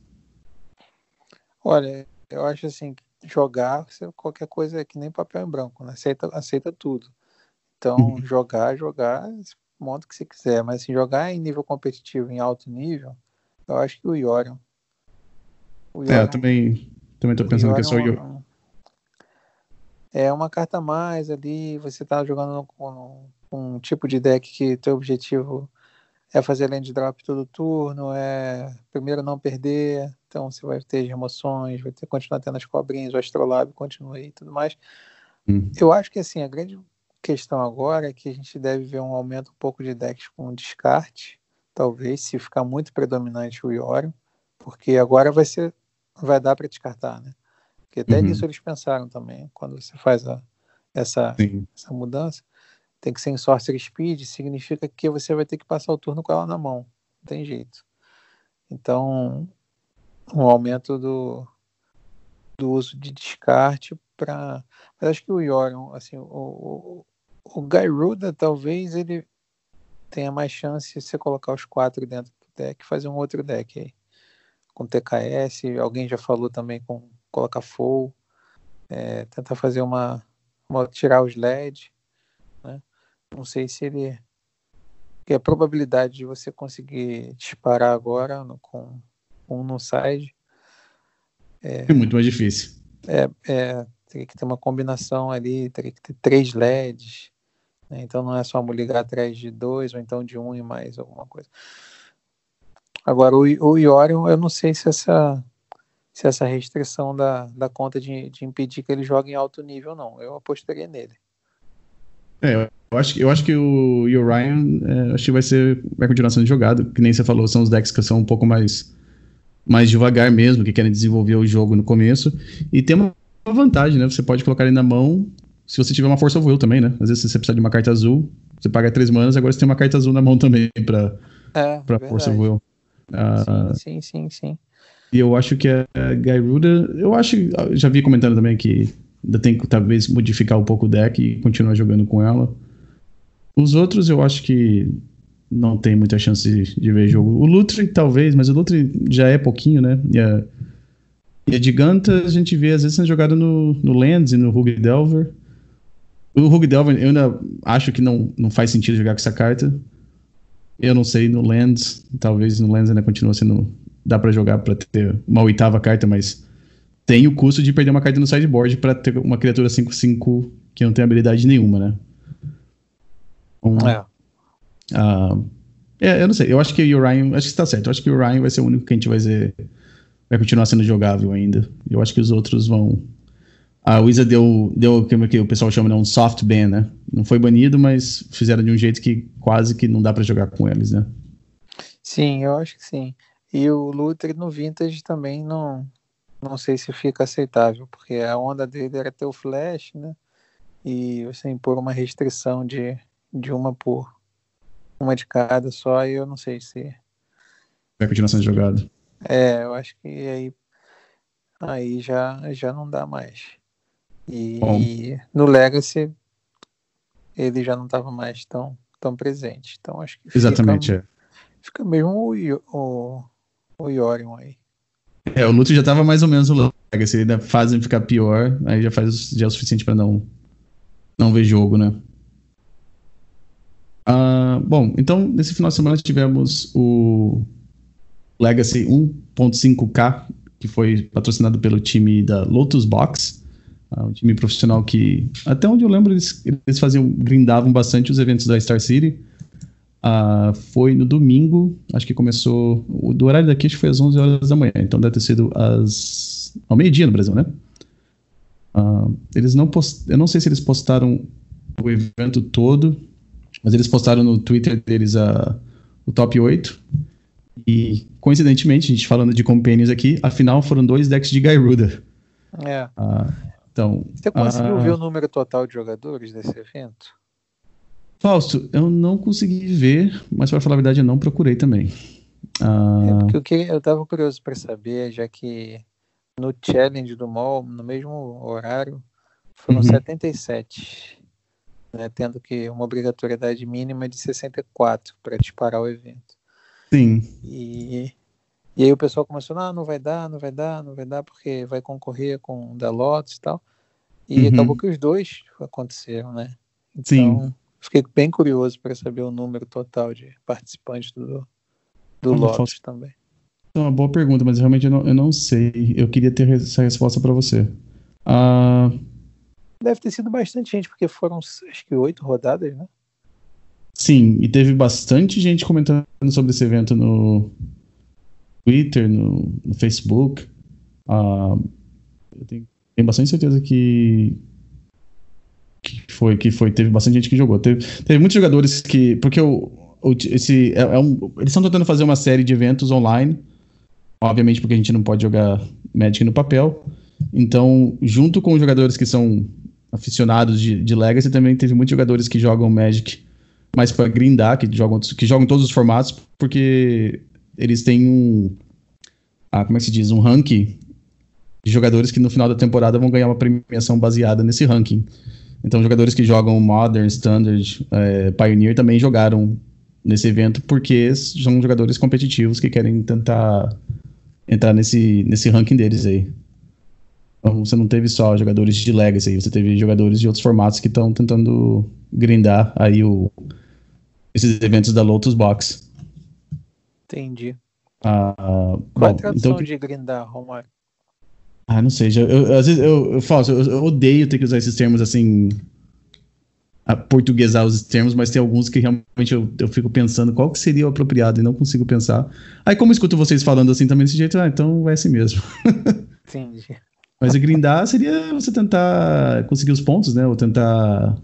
Olha, eu acho assim, jogar qualquer coisa é que nem papel em branco, né? Aceita tudo. Então, jogar, monta o que você quiser. Mas assim, jogar em nível competitivo, em alto nível, eu acho que o Yorion. Eu também tô pensando que é só o é uma carta a mais ali, você tá jogando com um tipo de deck que teu objetivo é fazer land drop todo turno, primeiro não perder, então você vai ter as remoções, vai ter continuar tendo as cobrinhas, o Astrolabe continua aí e tudo mais. Eu acho que assim, a grande questão agora é que a gente deve ver um aumento um pouco de decks com descarte, talvez, se ficar muito predominante o Yorion, porque agora vai dar para descartar, né? Porque até nisso eles pensaram também, quando você faz essa mudança, tem que ser em Sorcerer Speed, significa que você vai ter que passar o turno com ela na mão, não tem jeito. Então, um aumento do uso de descarte para... Mas acho que o Yorion, assim, o Gairuda, talvez ele tenha mais chance de você colocar os 4 dentro do deck e fazer um outro deck aí. Com TKS, alguém já falou também com colocar Full, tentar fazer tirar os LED, né? Não sei se ele... Porque a probabilidade de você conseguir disparar agora com um no side É muito mais difícil. Teria que ter uma combinação ali, teria que ter 3 LEDs, né? Então não é só ligar atrás de 2 ou então de 1 e mais alguma coisa. Agora o Yorion, eu não sei se essa restrição da conta de impedir que ele jogue em alto nível, não. Eu apostaria nele. Eu acho que o Orion acho que vai continuar sendo jogado, que nem você falou, são os decks que são um pouco mais devagar mesmo, que querem desenvolver o jogo no começo, e tem uma vantagem, né? Você pode colocar ele na mão se você tiver uma Force of Will também, né? Às vezes você precisa de uma carta azul, você paga 3 manas, agora você tem uma carta azul na mão também pra Force of Will. Sim. E eu acho que a Gairuda, já vi comentando também que ainda tem que talvez modificar um pouco o deck e continuar jogando com ela. Os outros eu acho que não tem muita chance de ver jogo. O Lutri talvez, mas o Lutri já é pouquinho, né? E a Giganta a gente vê às vezes sendo jogada no Lands e no Rogue Delver. O Rogue Delver eu ainda acho que não faz sentido jogar com essa carta. Eu não sei, no Lands, talvez no Lands ainda continua sendo... Dá pra jogar pra ter uma 8ª carta, mas tem o custo de perder uma carta no sideboard pra ter uma criatura 5/5 que não tem habilidade nenhuma, né? Eu não sei, eu acho que o Orion, acho que está certo, eu acho que o Orion vai ser o único que a gente vai continuar sendo jogável ainda. Eu acho que os outros vão... A Wizard deu como que o pessoal chama, né, um soft ban, né? Não foi banido, mas fizeram de um jeito que quase que não dá pra jogar com eles, né? Sim, eu acho que sim. E o Lutri no Vintage também não sei se fica aceitável, porque a onda dele era ter o Flash, né? E você impor uma restrição de uma de cada só, e eu não sei Vai continuar sendo jogado. Eu acho que aí já não dá mais. Bom. E no Legacy ele já não estava mais tão presente. Então acho que Exatamente, fica mesmo o Yorion aí. O Lúcio já tava mais ou menos o Legacy, ainda fazem ficar pior, aí já é o suficiente pra não ver jogo, né? Bom, então nesse final de semana tivemos o Legacy 1.5K, que foi patrocinado pelo time da Lotus Box, um time profissional que, até onde eu lembro, eles grindavam bastante os eventos da Star City. Foi no domingo, acho que começou, do horário daqui acho que foi às 11 horas da manhã, então deve ter sido ao meio-dia no Brasil, né? Eu não sei se eles postaram o evento todo, mas eles postaram no Twitter deles o top 8, e coincidentemente, a gente falando de companions aqui, afinal foram 2 decks de Gyruda. Então, você conseguiu ver o número total de jogadores desse evento? Fausto, eu não consegui ver, mas para falar a verdade eu não procurei também. Porque eu estava curioso para saber, já que no challenge do mall, no mesmo horário, foram 77, né, tendo que uma obrigatoriedade mínima de 64 para disparar o evento. Sim. E aí o pessoal começou, não vai dar, porque vai concorrer com o da Lotus e tal. E acabou que os dois aconteceram, né? Então, fiquei bem curioso para saber o número total de participantes do Lotus também. É uma boa pergunta, mas realmente eu não sei. Eu queria ter essa resposta para você. Deve ter sido bastante gente, porque foram acho que 8 rodadas, né? Sim, e teve bastante gente comentando sobre esse evento no Twitter, no Facebook. Eu tenho bastante certeza que teve bastante gente que jogou. Teve muitos jogadores que... Porque eles estão tentando fazer uma série de eventos online, obviamente porque a gente não pode jogar Magic no papel. Então, junto com os jogadores que são aficionados de Legacy, também teve muitos jogadores que jogam Magic mais para grindar, que jogam todos os formatos, porque eles têm como é que se diz? Um ranking de jogadores que no final da temporada vão ganhar uma premiação baseada nesse ranking. Então, jogadores que jogam Modern, Standard, Pioneer também jogaram nesse evento, porque são jogadores competitivos que querem tentar entrar nesse ranking deles aí. Então, você não teve só jogadores de Legacy, você teve jogadores de outros formatos que estão tentando grindar aí esses eventos da Lotus Box. Entendi. Qual é a tradução de grindar, Romário? Não sei. Às vezes eu odeio ter que usar esses termos assim, portuguesar os termos, mas tem alguns que realmente eu fico pensando qual que seria o apropriado e não consigo pensar. Aí como eu escuto vocês falando assim também desse jeito, então vai assim mesmo. Entendi. Mas grindar seria você tentar conseguir os pontos, né? Ou tentar...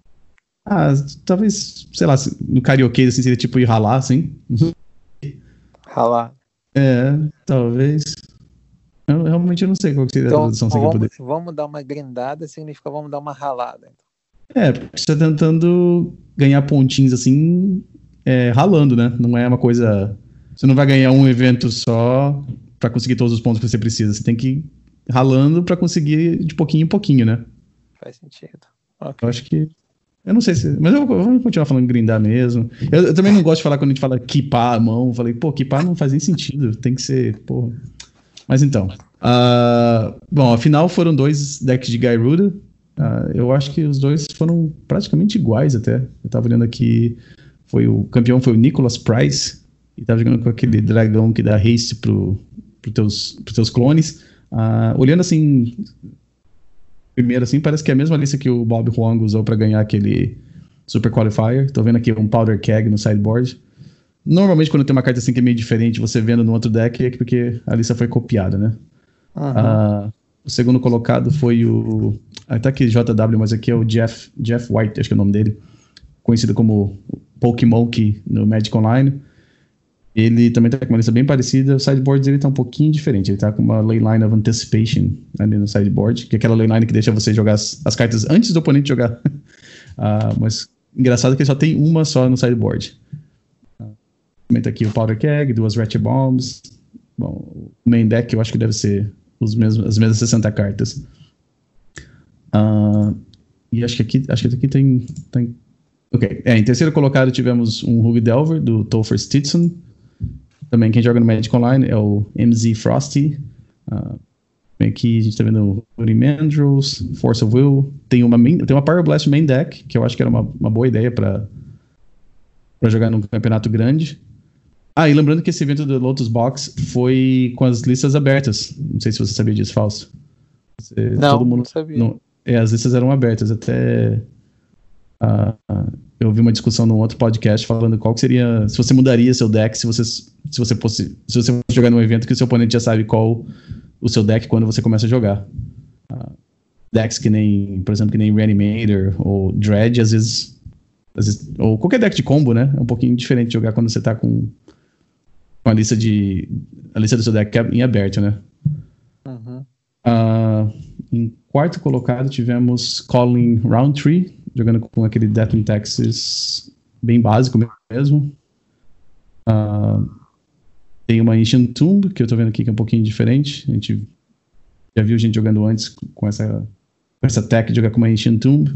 talvez, sei lá, no karaokê assim, seria tipo ir ralar, assim. Ralar. Talvez. Eu realmente não sei qual seria a tradução. Vamos dar uma grindada, significa vamos dar uma ralada. Porque você tá tentando ganhar pontinhos assim, ralando, né? Não é uma coisa... Você não vai ganhar um evento só pra conseguir todos os pontos que você precisa. Você tem que ir ralando pra conseguir de pouquinho em pouquinho, né? Faz sentido. Okay. Eu acho que... Eu não sei se... Mas vamos continuar falando grindar mesmo. Eu também não gosto de falar quando a gente fala kipar a mão. Eu falei, kipar não faz nem sentido. Tem que ser, Mas então... bom, afinal foram 2 decks de Gyruda. Eu acho que os dois foram praticamente iguais até. Eu tava olhando aqui, o campeão foi o Nicholas Price, e tava jogando com aquele dragão que dá haste pros teus clones. Olhando assim, primeiro assim, parece que é a mesma lista que o Bob Huang usou para ganhar aquele Super Qualifier. Tô vendo aqui um Powder Keg no sideboard. Normalmente quando tem uma carta assim que é meio diferente, você vendo no outro deck, é porque a lista foi copiada, né? O segundo colocado foi tá aqui JW, mas aqui é o Jeff White, acho que é o nome dele, conhecido como Pokémonkey no Magic Online. Ele também tá com uma lista bem parecida. O sideboard dele tá um pouquinho diferente. Ele tá com uma Leyline of Anticipation ali no sideboard, que é aquela Leyline que deixa você jogar as cartas antes do oponente jogar. Mas engraçado que ele só tem uma só no sideboard. Também tá aqui o Powder Keg, 2 Ratchet Bombs. Bom, o main deck eu acho que deve ser as mesmas 60 cartas. E acho que aqui tem... Ok, em terceiro colocado tivemos um Ruby Delver, do Topher Stetson. Também quem joga no Magic Online é o MZ Frosty. Aqui a gente tá vendo Rudy Mandrills, Force of Will. Tem uma Power Blast main deck, que eu acho que era uma boa ideia para jogar num campeonato grande. E lembrando que esse evento do Lotus Box foi com as listas abertas. Não sei se você sabia disso, Fausto. Não sabia. As listas eram abertas. Até eu vi uma discussão num outro podcast falando qual que seria, se você mudaria seu deck se você fosse jogar num evento que o seu oponente já sabe qual o seu deck quando você começa a jogar. Decks que nem, por exemplo, que nem Reanimator ou Dredge, às vezes, ou qualquer deck de combo, né? É um pouquinho diferente de jogar quando você tá com a lista do seu deck em aberto, né? Uhum. Em quarto colocado tivemos Colin Roundtree, jogando com aquele Deathwing Texas bem básico mesmo. Tem uma Ancient Tomb, que eu tô vendo aqui que é um pouquinho diferente. A gente já viu gente jogando antes com essa tech de jogar com uma Ancient Tomb.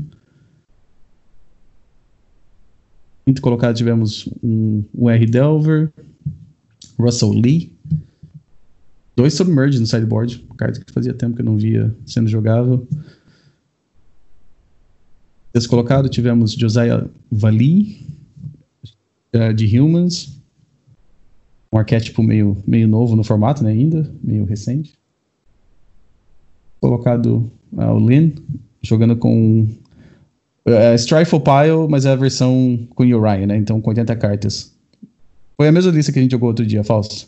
Quinto colocado tivemos um R. Delver, Russell Lee, 2 Submerge no sideboard, carta que fazia tempo que eu não via sendo jogável. Sexto colocado tivemos Josiah Vali, de Humans, um arquétipo meio novo no formato, né, ainda, meio recente. Colocado o Lin, jogando com Strife Pile, mas é a versão com Uriah, né, então com 80 cartas. Foi a mesma lista que a gente jogou outro dia, Fausto.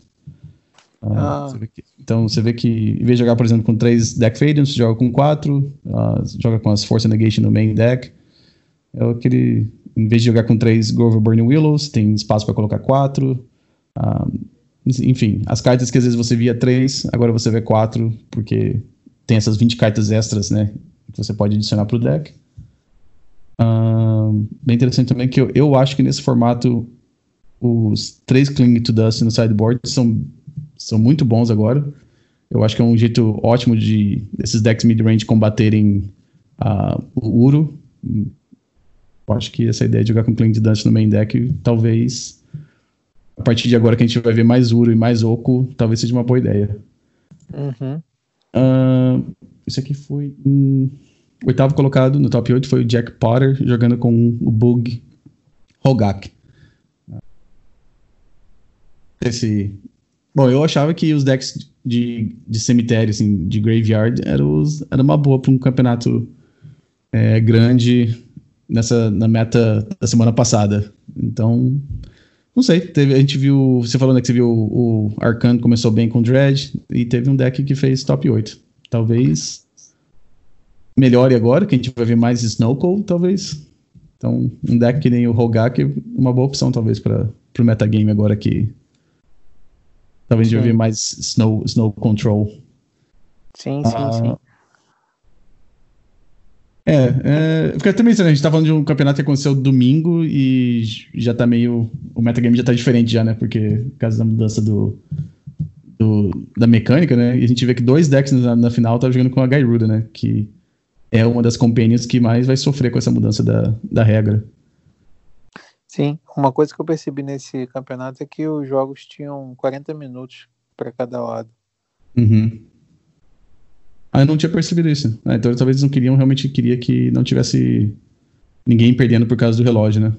Então você vê que em vez de jogar, por exemplo, com 3 Deck Fadians, você joga com 4, joga com as Force Negation no main deck. É aquele, em vez de jogar com 3 Grover Burning Willows, tem espaço para colocar 4. Enfim, as cartas que às vezes você via 3, agora você vê 4, porque tem essas 20 cartas extras, né, que você pode adicionar pro deck. Bem interessante também que eu acho que nesse formato os 3 Cling to Dust no sideboard são muito bons agora. Eu acho que é um jeito ótimo de esses decks mid-range combaterem o Uro. Eu acho que essa ideia de jogar com Cling to Dust no main deck, talvez, a partir de agora que a gente vai ver mais Uro e mais Oco, talvez seja uma boa ideia. Uhum. Isso aqui foi oitavo colocado no top 8, foi o Jack Potter jogando com o Bug Hogak. Bom, eu achava que os decks de cemitério, assim, de graveyard, era uma boa para um campeonato grande na meta da semana passada. Então, não sei, a gente viu, você falando que você viu o Arcano começou bem com Dredge e teve um deck que fez top 8. Talvez melhore agora, que a gente vai ver mais Snowcold, talvez. Então, um deck que nem o Hogak é uma boa opção, talvez, para o metagame agora que talvez a gente vai ver mais Snow Control. Sim. Porque também a gente tá falando de um campeonato que aconteceu domingo e já tá meio... O metagame já tá diferente já, né? Porque por causa da mudança da mecânica, né? E a gente vê que 2 decks na final tá jogando com a Gyruda, né? Que é uma das companions que mais vai sofrer com essa mudança da regra. Sim, uma coisa que eu percebi nesse campeonato é que os jogos tinham 40 minutos para cada lado. Uhum. Eu não tinha percebido isso. Então talvez eles não realmente queria que não tivesse ninguém perdendo por causa do relógio, né?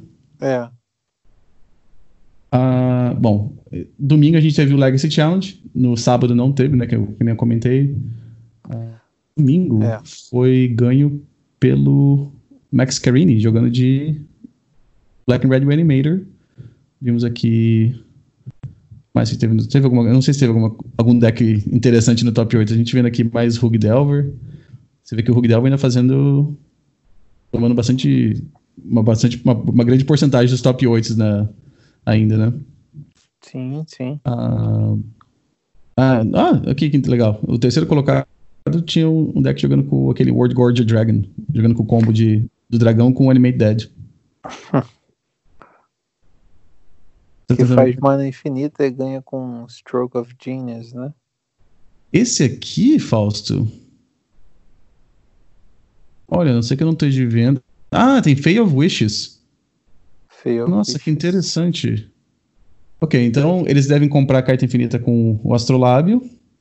Bom, domingo a gente teve o Legacy Challenge, no sábado não teve, né? Que nem eu comentei. Domingo foi ganho pelo Max Carini, jogando de Black and Red Reanimator. Vimos aqui. Mas se teve alguma. Eu não sei se teve algum deck interessante no top 8. A gente vendo aqui mais Rug Delver. Você vê que o Rug Delver ainda tomando uma grande porcentagem dos top 8 ainda, né? Sim. Aqui que legal. O terceiro colocado tinha um deck jogando com aquele World Gorge Dragon. Jogando com o combo do dragão com o Animate Dead. Que faz mana infinita e ganha com Stroke of Genius, né? Esse aqui, Fausto... Olha, não sei que eu não esteja vendo. Ah, tem Fate of Wishes. Nossa, que interessante. Ok, então eles devem comprar a carta infinita com o Astrolábio.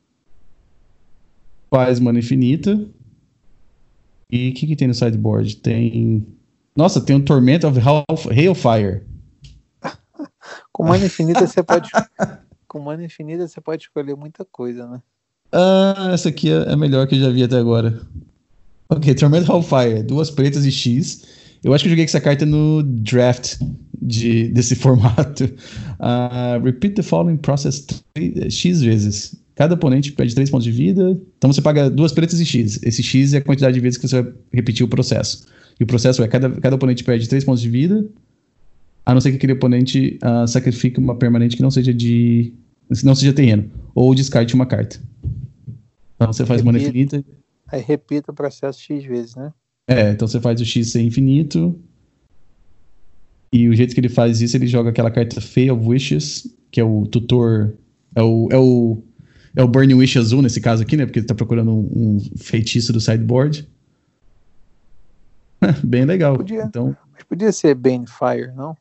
Faz mana infinita. E o que tem no sideboard? Tem... Nossa, tem um Torment of Hailfire. Com mana infinita você pode... Com mana infinita você pode escolher muita coisa, né? Ah, essa aqui é melhor que eu já vi até agora. Ok, Torment of Hailfire. 2 pretas e X. Eu acho que eu joguei essa carta no draft desse formato. Repeat the following process X vezes. Cada oponente perde 3 pontos de vida. Então você paga 2 pretas e X. Esse X é a quantidade de vezes que você vai repetir o processo. E o processo é cada oponente perde 3 pontos de vida, a não ser que aquele oponente sacrifique uma permanente que não seja terreno. Ou descarte uma carta. Então você faz mana infinita. Aí repita o processo X vezes, né? Então você faz o X ser infinito. E o jeito que ele faz isso, ele joga aquela carta Fate of Wishes, que é o tutor... É o Burning Wish azul nesse caso aqui, né? Porque ele tá procurando um feitiço do sideboard. Bem legal. Mas podia ser Banefire, não?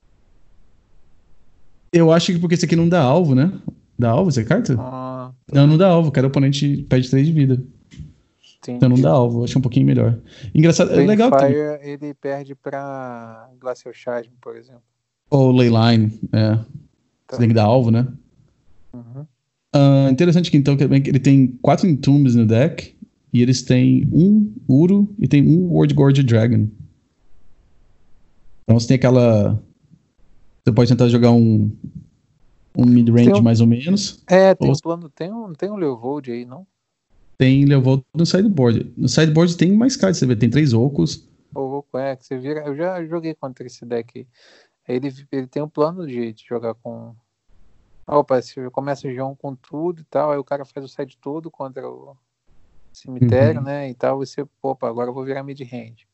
Eu acho que porque esse aqui não dá alvo, né? Dá alvo essa carta? Não dá alvo. Cada oponente perde 3 de vida. Entendi. Então não dá alvo. Eu acho um pouquinho melhor. Engraçado. Banefire, legal que ele perde pra Glacial Chasm, por exemplo. Ou Leyline. Você tem que dar alvo, né? Uhum. Interessante que então ele tem 4 Entombs no deck. E eles têm um Uro e tem um World Gorge Dragon. Então você tem aquela... Você pode tentar jogar um mid-range mais ou menos. Tem um plano... Tem um Leovold aí, não? Tem Leovold no sideboard. No sideboard tem mais cartas, você vê. Tem 3 Ocos. O Oco que você vira... Eu já joguei contra esse deck. Ele tem um plano de jogar com... Opa, você começa o G1 com tudo e tal, aí o cara faz o side todo contra o cemitério, né, e tal, você, agora eu vou virar mid-range.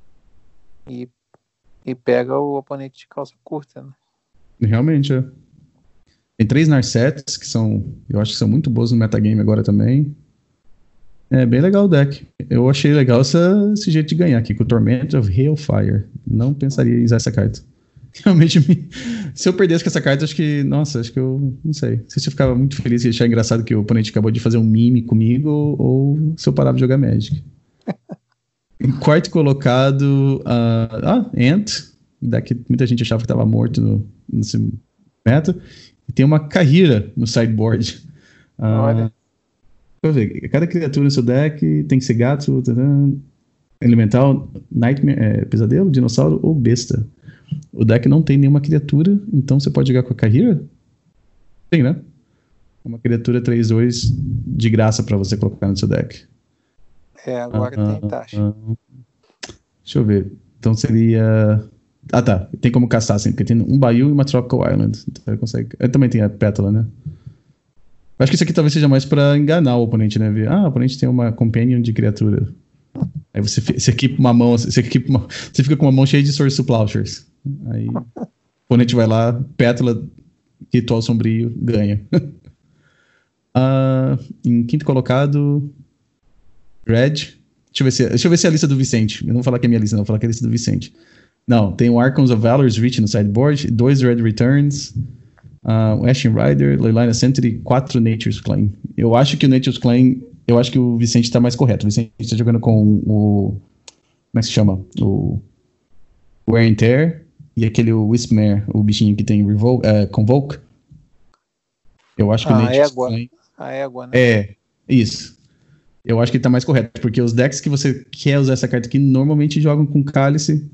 E pega o oponente de calça curta, né? Realmente, Tem 3 Narsets, que eu acho que são muito boas no metagame agora também. É bem legal o deck. Eu achei legal esse jeito de ganhar aqui, com o Torment of Hailfire. Não pensaria em usar essa carta. Realmente, se eu perdesse com essa carta, acho que eu não sei. Não sei se eu ficava muito feliz e achar engraçado que o oponente acabou de fazer um mime comigo ou se eu parava de jogar Magic. Em quarto colocado, Ant, deck que muita gente achava que estava morto nesse meta. E tem uma Kahira no sideboard. Olha. Deixa eu ver. Cada criatura no seu deck tem que ser gato, elemental, nightmare, pesadelo, dinossauro ou besta. O deck não tem nenhuma criatura, então você pode jogar com a Kahira? Tem, né? Uma criatura 3/2 de graça pra você colocar no seu deck. Agora tem taxa. Deixa eu ver. Então seria... tá. Tem como castar, assim, porque tem um Bayou e uma Tropical Island. Então ele consegue... Ele também tem a Pétala, né? Acho que isso aqui talvez seja mais pra enganar o oponente, né? O oponente tem uma Companion de criatura. Aí você equipa uma mão... Você fica com uma mão cheia de Source Plowshares. Aí o oponente vai lá, Pétala, Ritual Sombrio, ganha. Em quinto colocado, Red. Deixa eu ver se é a lista do Vicente. Eu não vou falar que é a minha lista, não. Vou falar que é a lista do Vicente. Não, tem o Archons of Valor's Reach no sideboard, 2 Red Returns, o Ashen Rider, Leyline Sentry, 4 Nature's Claim. Eu acho que o Nature's Claim... Eu acho que o Vicente tá mais correto. O Vicente tá jogando com o... Como é que se chama? O Wear and Tear e aquele Wispmare, o bichinho que tem Convoke. Eu acho que o Nature's Claim... A égua, né? Isso. Eu acho que ele tá mais correto, porque os decks que você quer usar essa carta aqui normalmente jogam com Cálice.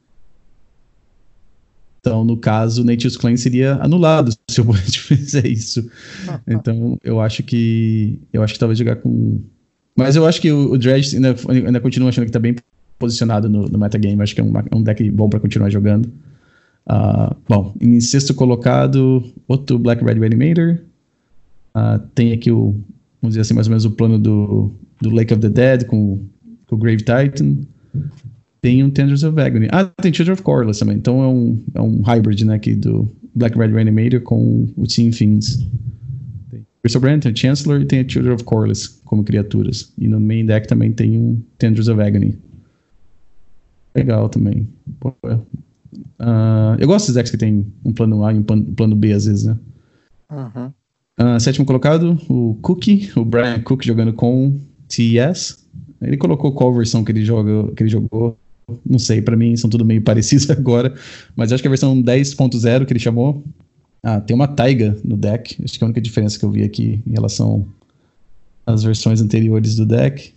Então, no caso, o Nature's Claim seria anulado se o oponente fizer isso. Então, eu acho que talvez jogar com... Mas eu acho que o Dredge ainda continua achando que tá bem posicionado no metagame. Acho que é um deck bom para continuar jogando. Bom, em sexto colocado, outro Black Red Reanimator. Tem aqui vamos dizer assim, mais ou menos o plano do Lake of the Dead com o Grave Titan. Tem um Tendrils of Agony. Tem Children of Corliss também. Então é um hybrid, né, aqui Black Red Reanimator com o Team Fiends. Tem Crystal Brand, tem o Chancellor e tem a Children of Corliss como criaturas. E no main deck também tem um Tendrils of Agony. Legal também. Pô, eu gosto dos decks que tem um plano A e um plano B às vezes, né? Sétimo colocado, o Cookie, o Brian Cook jogando com TS. Ele colocou qual versão que ele jogou. Não sei, pra mim são tudo meio parecidos agora. Mas acho que a versão 10.0 que ele chamou. Tem uma Taiga no deck. Acho que é a única diferença que eu vi aqui em relação às versões anteriores do deck.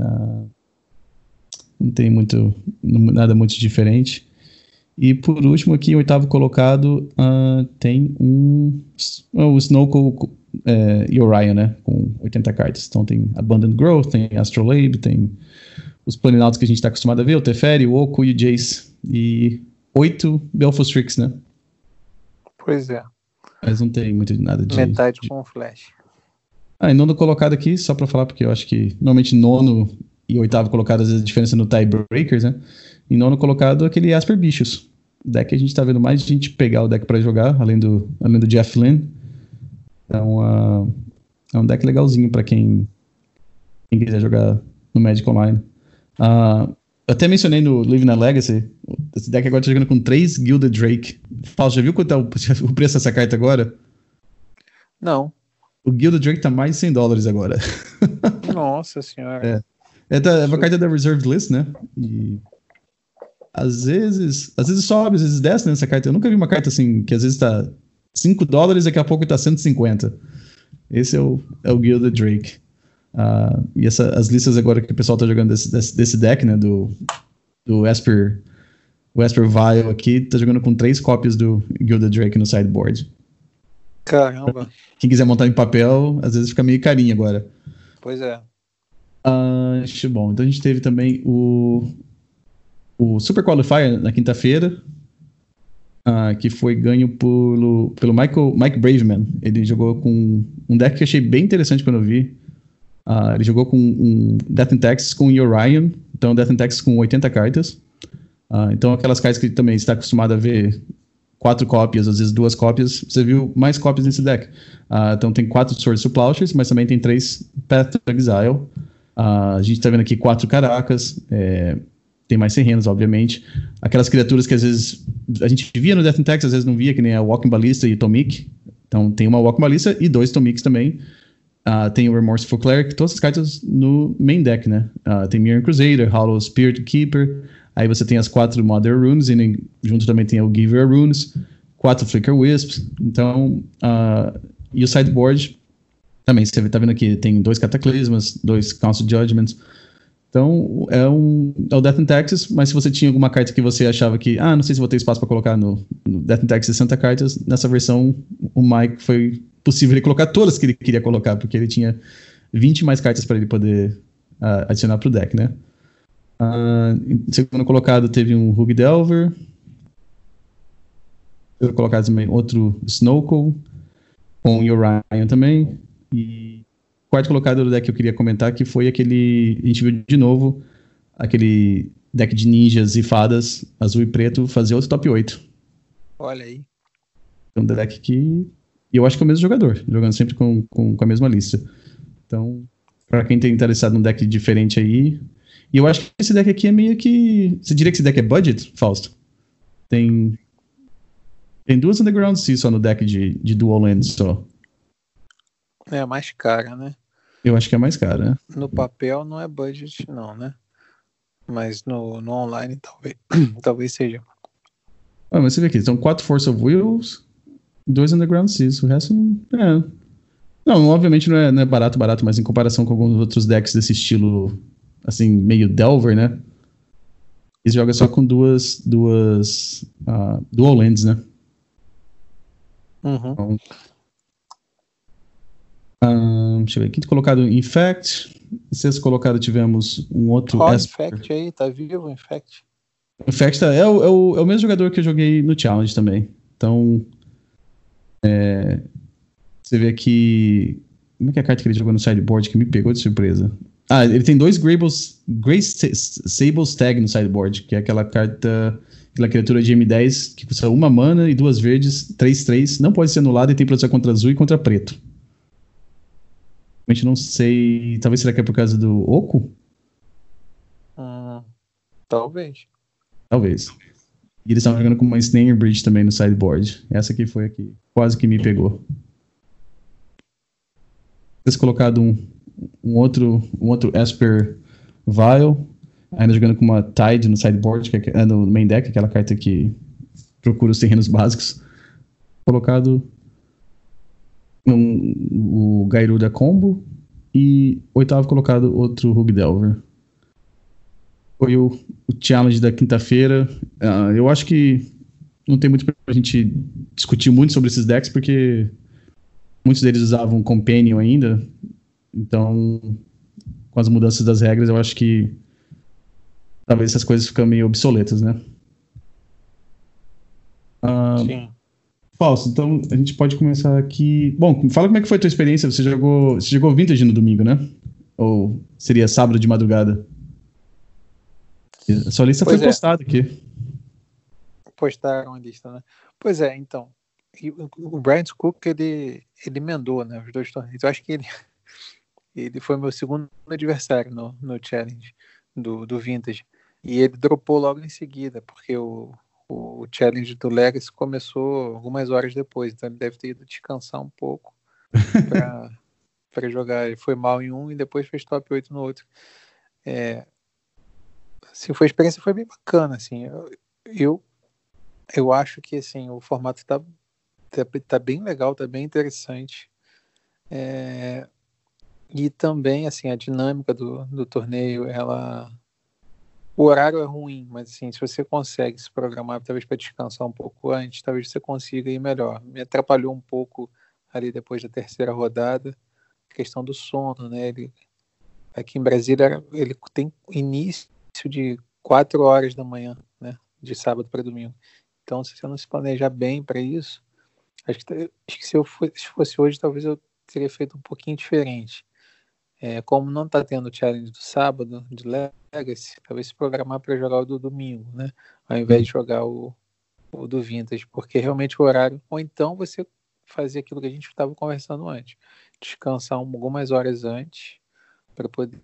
Não tem nada muito diferente. E por último aqui, o oitavo colocado, tem o Snowco e Orion, né? Com 80 cartas. Então tem Abundant Growth, tem Astrolabe, tem os Planinautas que a gente está acostumado a ver, o Teferi, o Oco e o Jace. E 8 Belfast Strix, né? Pois é. Mas não tem muito nada de... Metade com flash. E nono colocado aqui, só pra falar, porque eu acho que normalmente nono e oitavo colocado, às vezes a diferença no tiebreakers, né? Em nono colocado, aquele Asper Bichos. Deck que a gente tá vendo mais gente pegar o deck pra jogar, além do Jeff Lynn. Então, é um deck legalzinho pra quem quiser jogar no Magic Online. Eu até mencionei no Living a Legacy, esse deck agora tá jogando com 3 Gilded Drake. Fausto, já viu quanto é o preço dessa carta agora? Não. O Gilded Drake tá mais de $100 agora. Nossa senhora. É uma carta da Reserved List, né? E às vezes sobe, às vezes desce nessa carta. Eu nunca vi uma carta assim, que às vezes tá $5, daqui a pouco tá 150. Esse é o Gilded Drake. E as listas agora que o pessoal tá jogando desse deck, né? Do Esper. O Esper Vial aqui tá jogando com 3 cópias do Gilded Drake no sideboard. Caramba. Quem quiser montar em papel, às vezes fica meio carinho agora. Pois é. Bom, então a gente teve também o Super Qualifier na quinta-feira, que foi ganho pelo Mike Braveman. Ele jogou com um deck que eu achei bem interessante quando eu vi. Ele jogou com um Death and Taxes com Orion, então Death and Taxes com 80 cartas. Então aquelas cartas que também está acostumado a ver 4 cópias, às vezes 2 cópias, você viu mais cópias nesse deck. Então tem 4 Swords to Plowshares, mas também tem 3 Path to Exile. A gente tá vendo aqui 4 Caracas, tem mais terrenos, obviamente. Aquelas criaturas que às vezes a gente via no Death and Taxes, às vezes não via, que nem a Walking Ballista e o Tomik. Então tem uma Walking Ballista e 2 Tomiks também. Tem o Remorseful Cleric, todas as cartas no main deck, né? Tem Mirror Crusader, Hollow Spirit Keeper. Aí você tem as 4 Mother Runes, e junto também tem o Giver Runes, 4 Flicker Wisps. Então, e o sideboard também, você tá vendo aqui, tem 2 Cataclismas, 2 Council Judgments. Então, é o Death and Taxes, mas se você tinha alguma carta que você achava que, não sei se vou ter espaço para colocar no Death and Taxes 60 cartas, nessa versão o Mike foi possível ele colocar todas que ele queria colocar, porque ele tinha 20 mais cartas para ele poder adicionar pro deck, né? Em segundo colocado teve um Rogue Delver. Eu colocado também outro Snowco com Orion também. E quarto colocado do deck que eu queria comentar, que foi aquele, a gente viu de novo aquele deck de ninjas e fadas azul e preto fazer outro top 8. Olha aí. É um deck que eu acho que é o mesmo jogador, jogando sempre com a mesma lista. Então, pra quem tem interessado num deck diferente aí. E eu acho que esse deck aqui é meio que... Você diria que esse deck é budget, Fausto? Tem 2 Underground Sea só no deck de Dual Lands só. É a mais cara, né? Eu acho que é mais cara, né? No papel não é budget não, né? Mas no online talvez seja. Mas você vê aqui, são 4 Force of Wills, 2 Underground Seas, o resto não, obviamente não é barato, mas em comparação com alguns outros decks desse estilo, assim, meio Delver, né? Eles jogam só com duas Dual Lands, né? Uhum. Então, deixa eu ver, quinto colocado Infect, sexto colocado tivemos um outro... Infect aí, tá vivo o Infect? Infect é o mesmo jogador que eu joguei no Challenge também. Então, você vê aqui... Como é que é a carta que ele jogou no sideboard que me pegou de surpresa? Ele tem 2 Grey Sable's Tag no sideboard, que é aquela carta aquela criatura de M10 que custa 1 mana e 2 verdes, 3/3, não pode ser anulada e tem proteção contra azul e contra preto. Realmente não sei. Talvez será que é por causa do Oco? Talvez. Talvez. E eles estavam jogando com uma Snare Bridge também no sideboard. Essa aqui foi a que quase que me pegou. Eles colocado um outro Esper Vial, ainda jogando com uma Tide no sideboard, que é no main deck, aquela carta que procura os terrenos básicos. Colocado o Gyruda Combo e 8º colocado outro Rug Delver. Foi o challenge da quinta-feira. Eu acho que não tem muito pra gente discutir muito sobre esses decks, porque muitos deles usavam Companion ainda. Então, com as mudanças das regras, eu acho que talvez essas coisas ficam meio obsoletas, né? Sim. Fausto, então a gente pode começar aqui. Bom, fala como é que foi a tua experiência. Você jogou Vintage no domingo, né? Ou seria sábado de madrugada? A sua lista foi postada aqui. Postaram a lista, né? Pois é, então. O Brian Cook, ele emendou, né, os 2 torneios. Eu acho que ele foi meu segundo adversário no challenge do Vintage. E ele dropou logo em seguida, porque o challenge do Legacy começou algumas horas depois. Então ele deve ter ido descansar um pouco para jogar. Ele foi mal em um e depois fez top 8 no outro. Assim, a experiência foi bem bacana, assim. Eu acho que assim, o formato tá bem legal, tá bem interessante. E também assim, a dinâmica do torneio, o horário é ruim, mas assim, se você consegue se programar talvez para descansar um pouco antes, talvez você consiga ir melhor. Me atrapalhou um pouco ali depois da terceira rodada, a questão do sono, né? Aqui em Brasília ele tem início de 4 horas da manhã, né? De sábado para domingo. Então, se você não se planejar bem para isso, acho que se fosse hoje, talvez eu teria feito um pouquinho diferente. Como não está tendo o challenge do sábado, de Legacy, talvez se programar para jogar o do domingo, né? Ao invés de jogar o do Vintage, porque realmente o horário... Ou então você fazer aquilo que a gente estava conversando antes. Descansar algumas horas antes para poder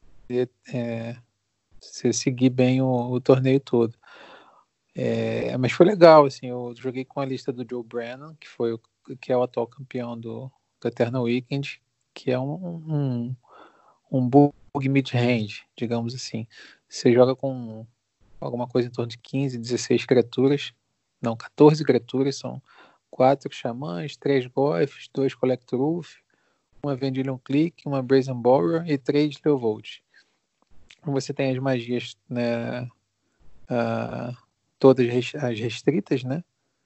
você seguir bem o torneio todo. Mas foi legal, assim, eu joguei com a lista do Joe Brennan, que é o atual campeão do Eternal Weekend, que é um bug mid-range, digamos assim. Você joga com alguma coisa em torno de 15, 16 criaturas, não, 14 criaturas, são 4 xamãs, 3 goifs, 2 Collector Wolf, uma Vendilion Click, uma Brazen Borrower e 3 Leovold. Você tem as magias, né, todas as restritas, né?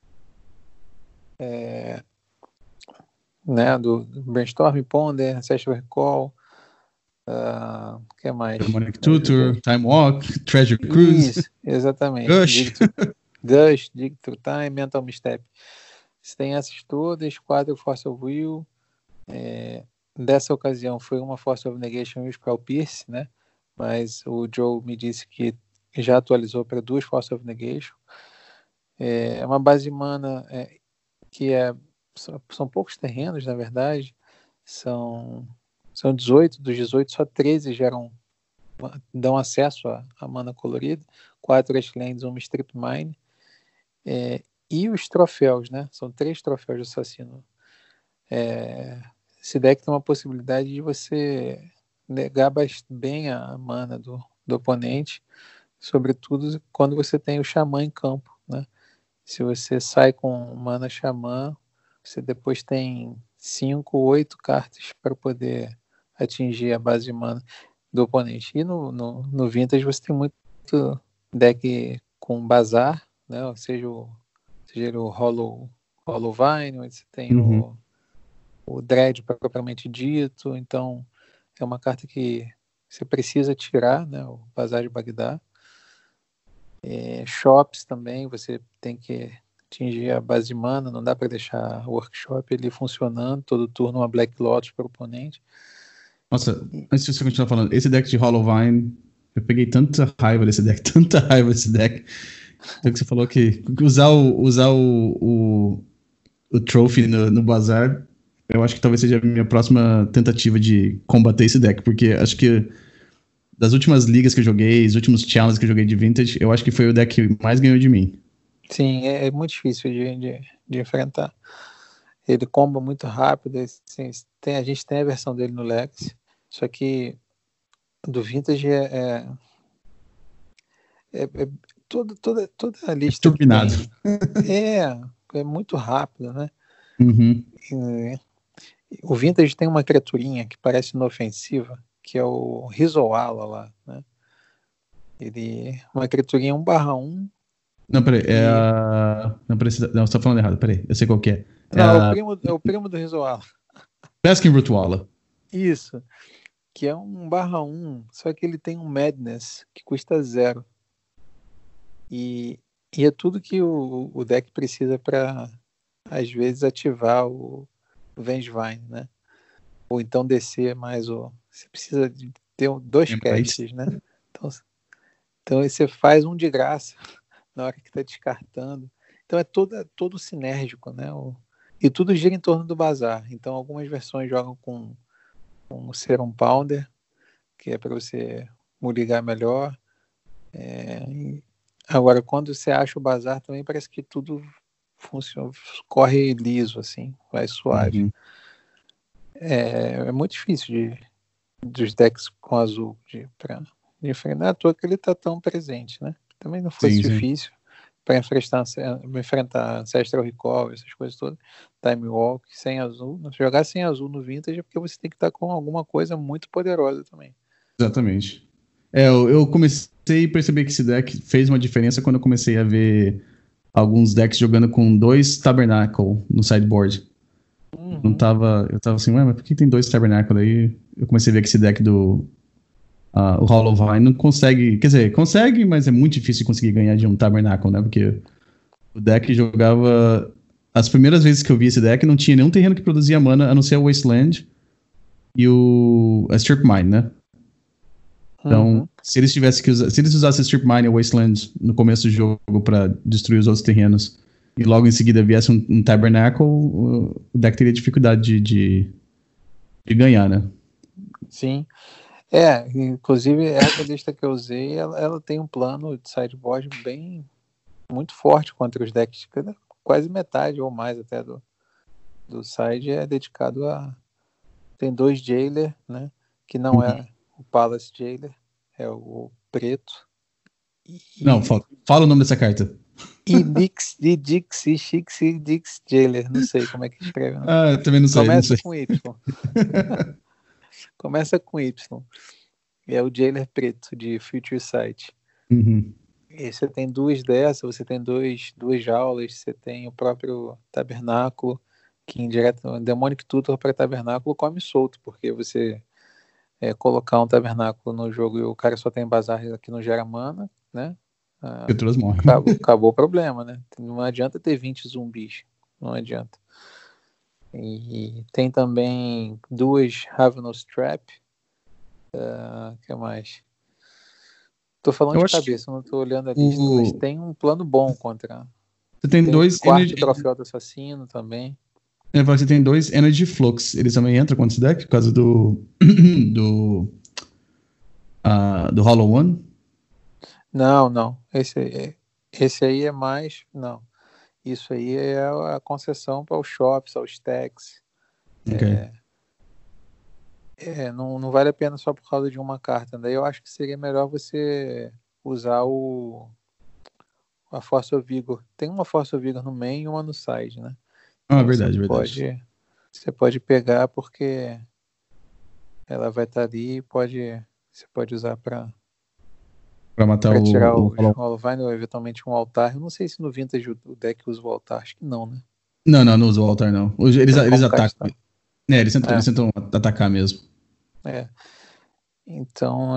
Do Brainstorm, Ponder, Ancestral Recall, que mais? Demonic Tutor, Time Walk, Treasure Cruise. Isso, exatamente. Gush. Dig Through Time, Mental Misstep. Você tem essas todas, 4 Force of Will. Dessa ocasião foi uma Force of Negation e o Spell Pierce, né? Mas o Joe me disse que já atualizou para 2 Force of Negation. É uma base de mana que são poucos terrenos, na verdade. São 18, dos 18 só 13 dão acesso a mana colorida, 4 Ashlands, 1 Strip Mine, e os troféus, né? São 3 troféus de assassino. Esse deck tem uma possibilidade de você negar bem a mana do oponente, sobretudo quando você tem o xamã em campo, né? Se você sai com mana xamã, você depois tem 5, 8 cartas para poder atingir a base de mana do oponente. E no Vintage você tem muito deck com bazar, né? Ou seja o Hollow Vine, onde você tem o Dread propriamente dito. Então é uma carta que você precisa tirar, né? O Bazar de Bagdá. Shops também, você tem que atingir a base de mana, não dá para deixar o workshop ele funcionando todo turno, uma Black Lotus para o oponente. Nossa, antes de você continuar falando, esse deck de Hollow Vine, eu peguei tanta raiva desse deck, Então que você falou que usar o Trophy no Bazar, eu acho que talvez seja a minha próxima tentativa de combater esse deck, porque acho que das últimas ligas que eu joguei, os últimos challenges que eu joguei de Vintage, eu acho que foi o deck que mais ganhou de mim. Sim, é muito difícil de enfrentar. Ele comba muito rápido, assim, a gente tem a versão dele no Legacy, só que do Vintage toda a lista que Turbinado. é muito rápido, né? Uhum. O Vintage tem uma criaturinha que parece inofensiva, que é o Rizoala lá, né? Ele uma criaturinha 1/1. Não, peraí, Não, precisa. Não, você tá falando errado, peraí, eu sei qual que é. Não, é o primo do Rizoala. Peskin Virtuala. Isso, que é 1/1, só que ele tem um Madness que custa 0. E é tudo que o deck precisa para, às vezes, ativar o Vengevine, né? Ou então descer mais o... Você precisa de ter 2 casts, né? Então você faz um de graça na hora que está descartando. Então é todo sinérgico, né? E tudo gira em torno do bazar. Então algumas versões jogam com o Serum Pounder, que é para você ligar melhor. Agora, quando você acha o bazar, também parece que tudo funciona, corre liso, assim, vai suave. Uhum. É muito difícil dos decks com azul pra enfrentar. Não é à toa que ele tá tão presente, né? Também não fosse difícil para enfrentar Ancestral Recall, essas coisas todas, Time Walk, sem azul. Jogar sem azul no Vintage é porque você tem que estar com alguma coisa muito poderosa também. Exatamente. Eu comecei a perceber que esse deck fez uma diferença quando eu comecei a ver alguns decks jogando com 2 Tabernacle no sideboard. Uhum. Eu tava assim, ué, mas por que tem 2 Tabernacle aí? Eu comecei a ver que esse deck o Hollow Vine não consegue, quer dizer, consegue, mas é muito difícil de conseguir ganhar de um Tabernacle, né? Porque o deck jogava... As primeiras vezes que eu vi esse deck, não tinha nenhum terreno que produzia mana, a não ser o Wasteland e a Strip Mine, né? Então, se eles usassem Strip Mine e Wasteland no começo do jogo para destruir os outros terrenos e logo em seguida viesse um Tabernacle, o deck teria dificuldade de ganhar, né? Sim. Inclusive essa lista que eu usei, ela tem um plano de sideboard muito forte contra os decks, quase metade ou mais até do side é dedicado tem 2 Jailer, né? Que não é o Palace Jailer, é o preto. Não, fala o nome dessa carta. Dix Jailer, não sei como é que escreve. Né? Eu também não sei. Começa com Y. Começa com Y. É o Jailer preto de Future Sight. Uhum. E você tem 2 dessas, você tem duas jaulas, você tem o próprio tabernáculo, que indireto, Demonic Tutor para tabernáculo come solto, porque você colocar um tabernáculo no jogo e o cara só tem bazar que não gera mana, né? Criaturas morrem. Acabou o problema, né? Não adianta ter 20 zumbis, não adianta. E tem também 2 Ravenous Trap. Que mais? Tô falando de cabeça, não tô olhando a lista, mas tem um plano bom contra. Você tem 2 quarto troféu do assassino também. Você tem 2 Energy Flux. Eles também entram contra esse deck por causa do Hollow One? Não. Esse aí é mais. Não. Isso aí é a concessão para os shops, aos stacks. Okay. Não vale a pena só por causa de uma carta. Daí eu acho que seria melhor você usar a Force of Vigor. Tem uma Force of Vigor no main e uma no side, né? Então verdade. Você pode pegar porque ela vai estar ali e você pode usar para matar tirar o Hollow-Vine ou eventualmente um altar. Eu não sei se no Vintage o deck usa o altar, acho que não, né? Não usa o altar, não. Eles atacam. Eles tentam atacar mesmo. Então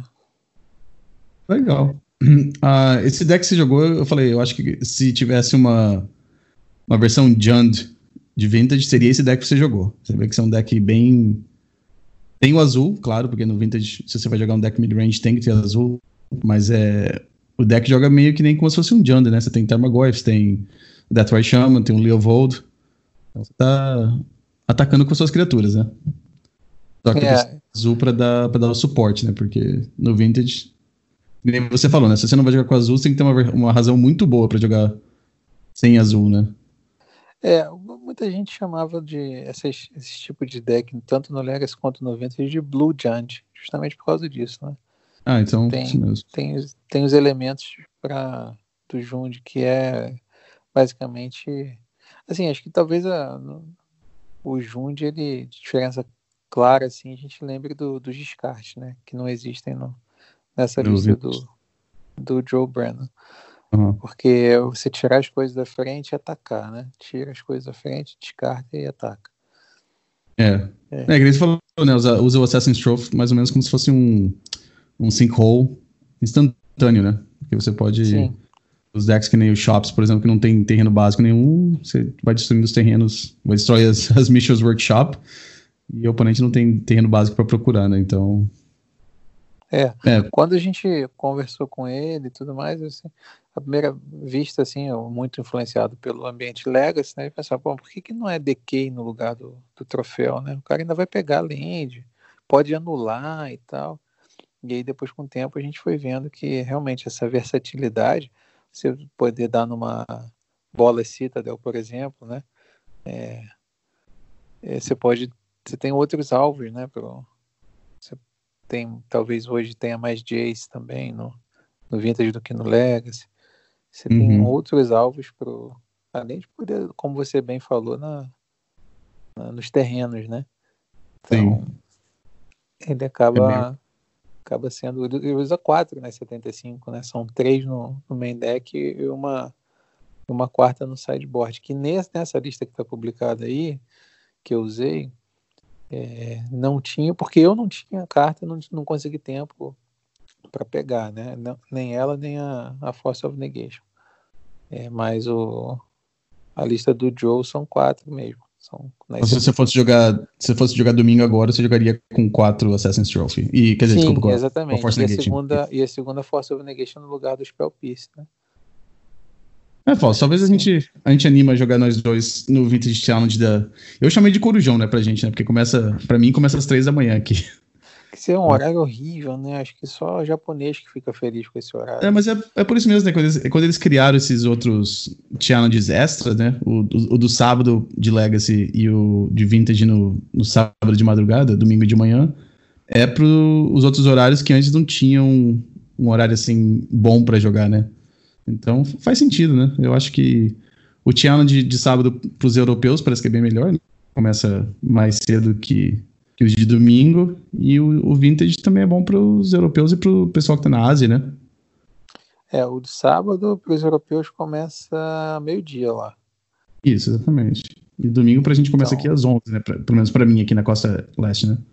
Legal. Esse deck que você jogou, eu falei, eu acho que se tivesse uma versão Jund de Vintage, seria esse deck que você jogou. Você vê que é um deck bem... Tem o azul, claro, porque no Vintage, se você vai jogar um deck mid-range, tem que ter azul, mas o deck joga meio que nem como se fosse um Jund, né? Você tem Tarmogoyf, tem o Deathwise Shaman, tem o Leovold. Então você tá atacando com suas criaturas, né? Só que precisa azul pra dar o suporte, né? Porque no Vintage, nem você falou, né? Se você não vai jogar com azul, você tem que ter uma razão muito boa pra jogar sem azul, né? Muita gente chamava de esse tipo de deck, tanto no Legacy quanto no Vintage, de Blue Jund, justamente por causa disso, né? Então, isso mesmo. Tem os elementos do Jund, que é basicamente... Assim, acho que talvez o Jund, ele, de diferença clara, assim, a gente lembre dos descartes, né? Que não existem nessa lista do Joe Brennan. Uhum. Porque você tirar as coisas da frente e atacar, né? Tira as coisas da frente, descarta e ataca. Que nem você falou, né? Usa o Assassin's Trophy mais ou menos como se fosse um sinkhole instantâneo, né? Porque você pode... Sim. Os decks que nem os Shops, por exemplo, que não tem terreno básico nenhum, você vai destruindo os terrenos, vai destruir as Missions Workshop, e o oponente não tem terreno básico para procurar, né? Então... Quando a gente conversou com ele e tudo mais, assim, a primeira vista, assim, eu muito influenciado pelo ambiente Legacy, né? E pensava, bom, por que não é Decay no lugar do troféu, né? O cara ainda vai pegar a land, pode anular e tal. E aí depois, com o tempo, a gente foi vendo que realmente essa versatilidade, você poder dar numa bola Citadel, por exemplo, né? Você tem outros alvos, né? Talvez hoje tenha mais Jace também no Vintage do que no Legacy. Você tem outros alvos além de poder, como você bem falou, nos terrenos, né? Então, ele acaba sendo... Ele usa 4 nas 75, né? São 3 no main deck e uma quarta no sideboard. Que nessa lista que está publicada aí, que eu usei, não tinha, porque eu não tinha carta, não consegui tempo para pegar, né? Nem ela, nem a Force of Negation. Mas a lista do Joe são 4 mesmo. Se você fosse jogar domingo agora, você jogaria com 4 Assassin's Trophy. Quer dizer, Sim, desculpa, exatamente. com a Force Negation. E a segunda Force of Negation no lugar do Spell Pierce, né? Falso. Talvez a gente anima a jogar nós dois no Vintage Challenge Eu chamei de Corujão, né, pra gente, né? Porque pra mim começa às 3 da manhã aqui. Isso é um horário horrível, né? Acho que só o japonês que fica feliz com esse horário. Mas é por isso mesmo, né? Quando eles criaram esses outros challenges extras, né? O do sábado de Legacy e o de Vintage no sábado de madrugada, domingo de manhã, é pros outros horários que antes não tinham um horário, assim, bom pra jogar, né? Então faz sentido, né? Eu acho que o challenge de sábado pros europeus parece que é bem melhor, né? Começa mais cedo que os de domingo, e o Vintage também é bom pros europeus e pro pessoal que tá na Ásia, né? O de sábado pros europeus começa meio-dia lá. Isso, exatamente. E domingo pra gente começa aqui às 11, né? Pelo menos pra mim aqui na Costa Leste, né?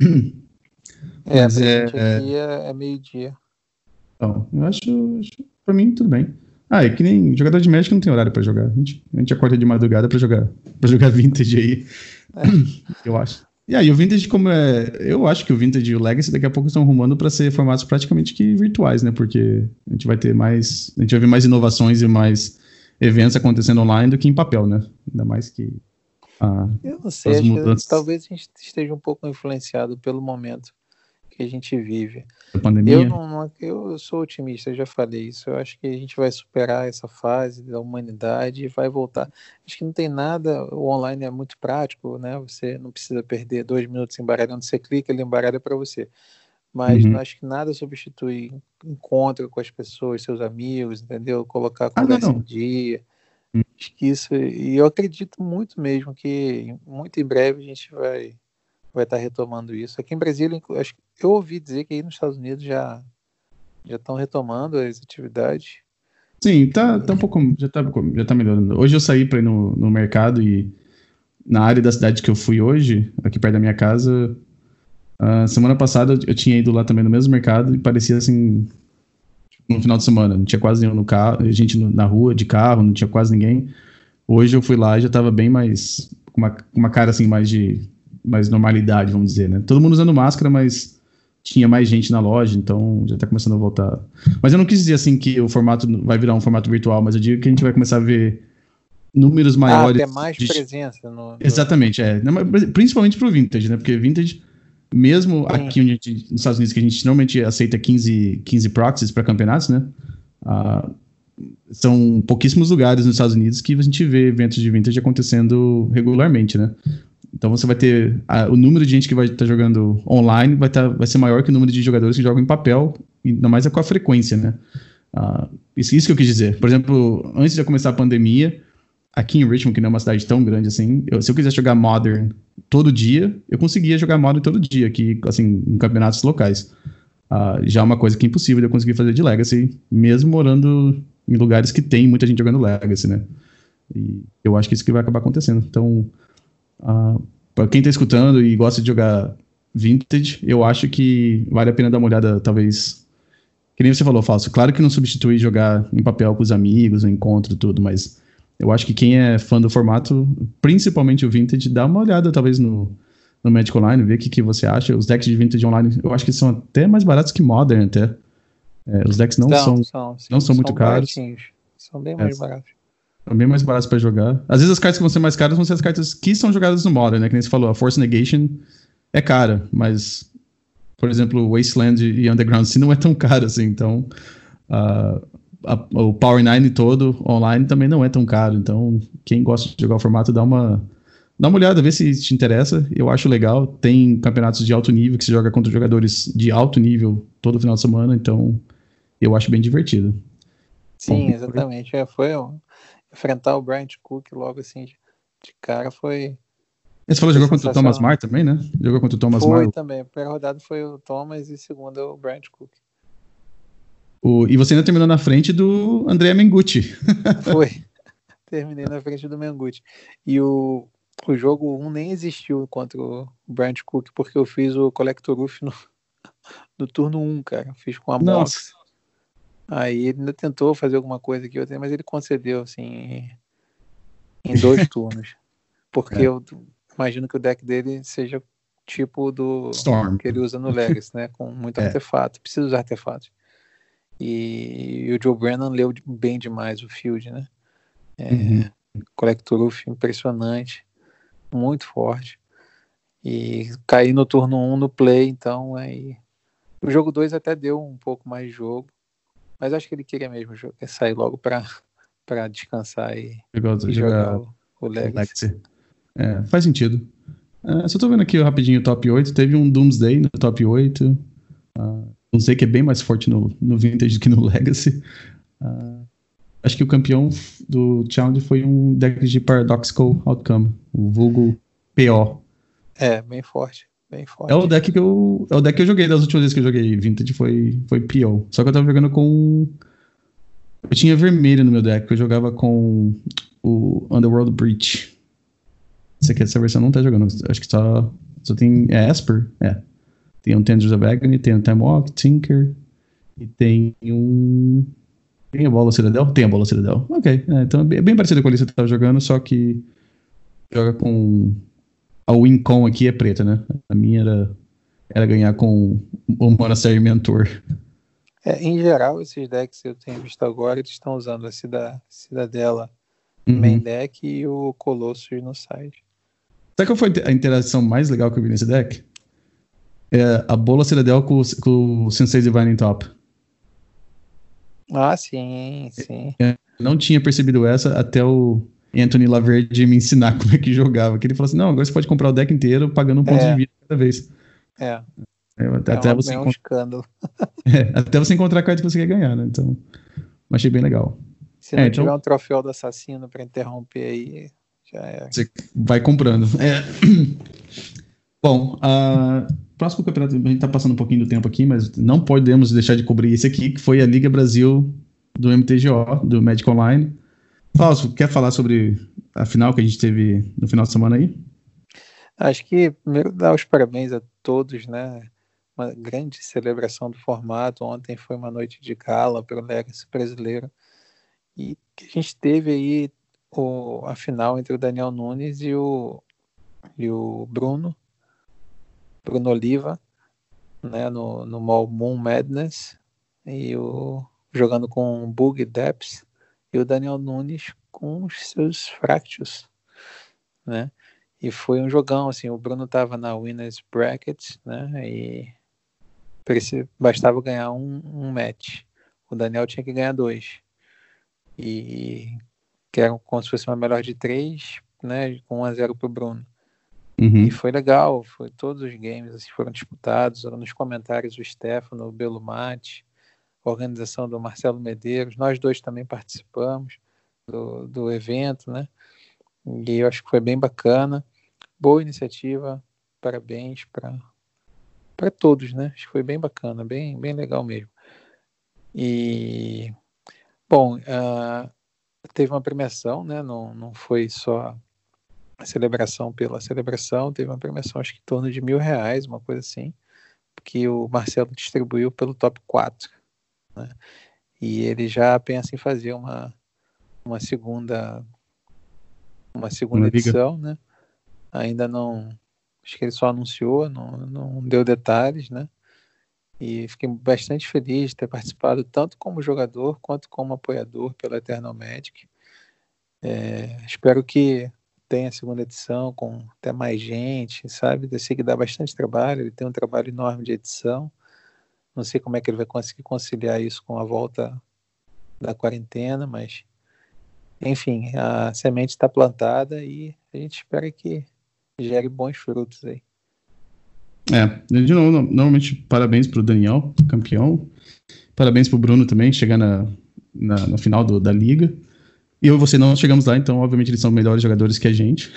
Mas pra gente aqui é meio-dia. Então, eu acho pra mim tudo bem. É que nem jogador de Magic não tem horário pra jogar. A gente acorda de madrugada pra jogar Vintage aí. Eu acho. E aí, o Vintage, eu acho que o Vintage e o Legacy daqui a pouco estão arrumando para ser formatos praticamente que virtuais, né? Porque a gente vai ver mais inovações e mais eventos acontecendo online do que em papel, né? Ainda mais que eu não sei, acho que talvez a gente esteja um pouco influenciado pelo momento que a gente vive. A pandemia. Eu sou otimista, eu já falei isso. Eu acho que a gente vai superar essa fase da humanidade e vai voltar. Acho que não tem nada, o online é muito prático, né? Você não precisa perder 2 minutos embaralhando, você clica, ele embaralha para você. Mas acho que nada substitui encontro com as pessoas, seus amigos, entendeu? Colocar a conversa em dia. Acho que isso, e eu acredito muito mesmo que muito em breve a gente vai estar retomando isso. Aqui em Brasília, acho que eu ouvi dizer que aí nos Estados Unidos já estão retomando as atividades. Sim, tá um pouco, já tá melhorando. Hoje eu saí para ir no mercado e na área da cidade que eu fui hoje, aqui perto da minha casa, semana passada eu tinha ido lá também no mesmo mercado e parecia assim, no final de semana, não tinha quase nenhum no carro, gente na rua de carro, não tinha quase ninguém. Hoje eu fui lá e já tava bem mais, com uma cara assim mais normalidade, vamos dizer, né? Todo mundo usando máscara, mas tinha mais gente na loja, então já tá começando a voltar. Mas eu não quis dizer assim que o formato vai virar um formato virtual, mas eu digo que a gente vai começar a ver números maiores. Ter mais presença Exatamente, principalmente pro Vintage, né? Porque Vintage, mesmo aqui onde nos Estados Unidos, que a gente normalmente aceita 15 proxies para campeonatos, né? São pouquíssimos lugares nos Estados Unidos que a gente vê eventos de Vintage acontecendo regularmente, né? Então você vai ter o número de gente que vai estar jogando online vai ser maior que o número de jogadores que jogam em papel, ainda mais com a frequência, né? Isso que eu quis dizer. Por exemplo, antes de começar a pandemia, aqui em Richmond, que não é uma cidade tão grande assim, se eu quisesse jogar Modern todo dia, eu conseguia jogar Modern todo dia aqui, assim, em campeonatos locais. Já é uma coisa que é impossível de eu conseguir fazer de Legacy, mesmo morando em lugares que tem muita gente jogando Legacy, né? E eu acho que isso que vai acabar acontecendo. Então, para quem tá escutando e gosta de jogar Vintage, eu acho que vale a pena dar uma olhada, talvez. Que nem você falou, Fausto. Claro que não substitui jogar em papel com os amigos, no encontro e tudo, mas eu acho que quem é fã do formato, principalmente o Vintage, dá uma olhada, talvez, no Magic Online, ver o que você acha. Os decks de Vintage Online, eu acho que são até mais baratos que Modern, até. Os decks não são muito caros. São bem mais baratos. São bem mais baratos para jogar. Às vezes as cartas que vão ser mais caras vão ser as cartas que são jogadas no Modern, né? Que nem você falou, a Force Negation é cara, mas, por exemplo, Wasteland e Underground Sea não é tão caro assim, então o Power 9 todo online também não é tão caro, então quem gosta de jogar o formato dá uma olhada, vê se te interessa. Eu acho legal, tem campeonatos de alto nível que se joga contra jogadores de alto nível todo final de semana, então eu acho bem divertido. Sim, exatamente. Enfrentar o Bryant Cook logo assim de cara foi. Você falou que jogou contra o Thomas Mar também, né? Jogou contra o Thomas Mar. Foi também. A primeira rodada foi o Thomas e a segunda o Bryant Cook. E você ainda terminou na frente do André Mengucci. Foi. Terminei na frente do Mengucci. E o jogo 1 nem existiu contra o Bryant Cook, porque eu fiz o Collector Roof no turno 1, cara. Eu fiz com a Mox. Aí ele ainda tentou fazer alguma coisa aqui, mas ele concedeu, assim, em 2 turnos. Porque eu imagino que o deck dele seja tipo do Storm, que ele usa no Legacy, né? Com muito artefato. Precisa usar artefatos. E o Joe Brennan leu bem demais o field, né? Collector Roof impressionante. Muito forte. E caí no turno 1 no play, então aí... O jogo 2 até deu um pouco mais de jogo. Mas acho que ele queria mesmo sair logo pra descansar e jogar o Legacy. Faz sentido. Só tô vendo aqui rapidinho o top 8. Teve um Doomsday no top 8. Doomsday que é bem mais forte no Vintage do que no Legacy. Acho que o campeão do Challenge foi um deck de Paradoxical Outcome, o vulgo PO. Bem forte. Bem forte. É o deck que eu joguei das últimas vezes que eu joguei Vintage, foi PO. Só que eu tava jogando com... Eu tinha vermelho no meu deck, eu jogava com o Underworld Breach. Essa versão não tá jogando, acho que só tem Esper, tem um Tendrils of Agony, tem um Time Walk, Tinker, e tem um... Tem a Bola Citadel? Tem a Bola Citadel. Ok, então é bem parecido com a lista que você tava jogando, só que joga com... A Wincon aqui é preta, né? A minha era ganhar com o Monastery Mentor. Em geral, esses decks que eu tenho visto agora, eles estão usando a Cidadela main deck e o Colossus no side. Sabe qual foi a interação mais legal que eu vi nesse deck? A Bola Citadel com o Sensei Divine Top. Sim. Não tinha percebido essa até o Anthony Laverde me ensinar como é que jogava. Que ele falou assim, não, agora você pode comprar o deck inteiro pagando um ponto de vida cada vez. Um escândalo. Até você encontrar a carta que você quer ganhar, né? Então, achei bem legal. Se não tiver um troféu do assassino pra interromper aí, já é. Você vai comprando. Bom, próximo campeonato, a gente tá passando um pouquinho do tempo aqui, mas não podemos deixar de cobrir esse aqui, que foi a Liga Brasil do MTGO, do Magic Online. Fausto, quer falar sobre a final que a gente teve no final de semana aí? Acho que primeiro dar os parabéns a todos, né? Uma grande celebração do formato. Ontem foi uma noite de gala para o Legacy brasileiro. E que a gente teve aí a final entre o Daniel Nunes e o Bruno Oliva. né, no Moon Madness, e jogando com Bug Depths, e o Daniel Nunes com os seus Fractus, né? E foi um jogão, assim, o Bruno estava na Winners Bracket, né? E bastava ganhar um match. O Daniel tinha que ganhar 2. E que era como se fosse uma melhor de 3, né? Com 1-0 pro Bruno. E foi legal, todos os games assim, foram disputados. Nos comentários o Stefano, o Belumati, a organização do Marcelo Medeiros, nós dois também participamos do evento, né? E eu acho que foi bem bacana. Boa iniciativa, parabéns para todos, né? Acho que foi bem bacana, bem legal mesmo. E, bom, teve uma premiação, né? Não foi só a celebração pela celebração, teve uma premiação, acho que em torno de R$1.000, uma coisa assim, que o Marcelo distribuiu pelo top 4, né? E ele já pensa em fazer uma segunda edição, né? Ainda não, acho que ele só anunciou, não deu detalhes, né? E fiquei bastante feliz de ter participado tanto como jogador quanto como apoiador pela Eternal Magic. Espero que tenha a segunda edição com até mais gente, sabe? Eu sei que dá bastante trabalho, ele tem um trabalho enorme de edição. Não sei como é que ele vai conseguir conciliar isso com a volta da quarentena, mas enfim, a semente está plantada e a gente espera que gere bons frutos aí. De novo, normalmente parabéns pro Daniel, campeão. Parabéns pro Bruno também, chegar no final da liga. E eu e você não chegamos lá, então obviamente eles são melhores jogadores que a gente.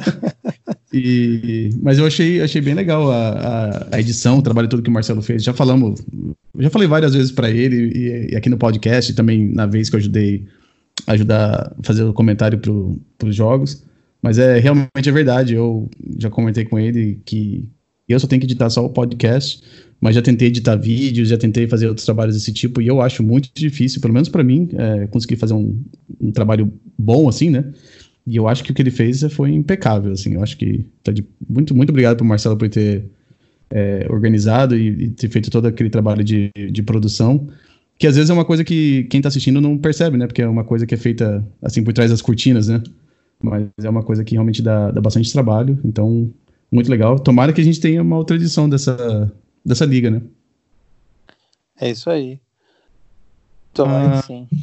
Mas eu achei bem legal a edição, o trabalho todo que o Marcelo fez. Já falei várias vezes para ele e aqui no podcast, também na vez que eu ajudar a fazer o comentário pros jogos. Mas realmente é verdade, eu já comentei com ele que eu só tenho que editar só o podcast, mas já tentei editar vídeos, já tentei fazer outros trabalhos desse tipo, e eu acho muito difícil, pelo menos para mim, conseguir fazer um trabalho bom, assim, né? E eu acho que o que ele fez foi impecável, assim. Eu acho que muito, muito obrigado pro Marcelo por ter organizado e ter feito todo aquele trabalho de produção, que às vezes é uma coisa que quem tá assistindo não percebe, né? Porque é uma coisa que é feita, assim, por trás das cortinas, né? Mas é uma coisa que realmente dá bastante trabalho, então, muito legal. Tomara que a gente tenha uma outra edição dessa liga, né? É isso aí. Tomara que sim.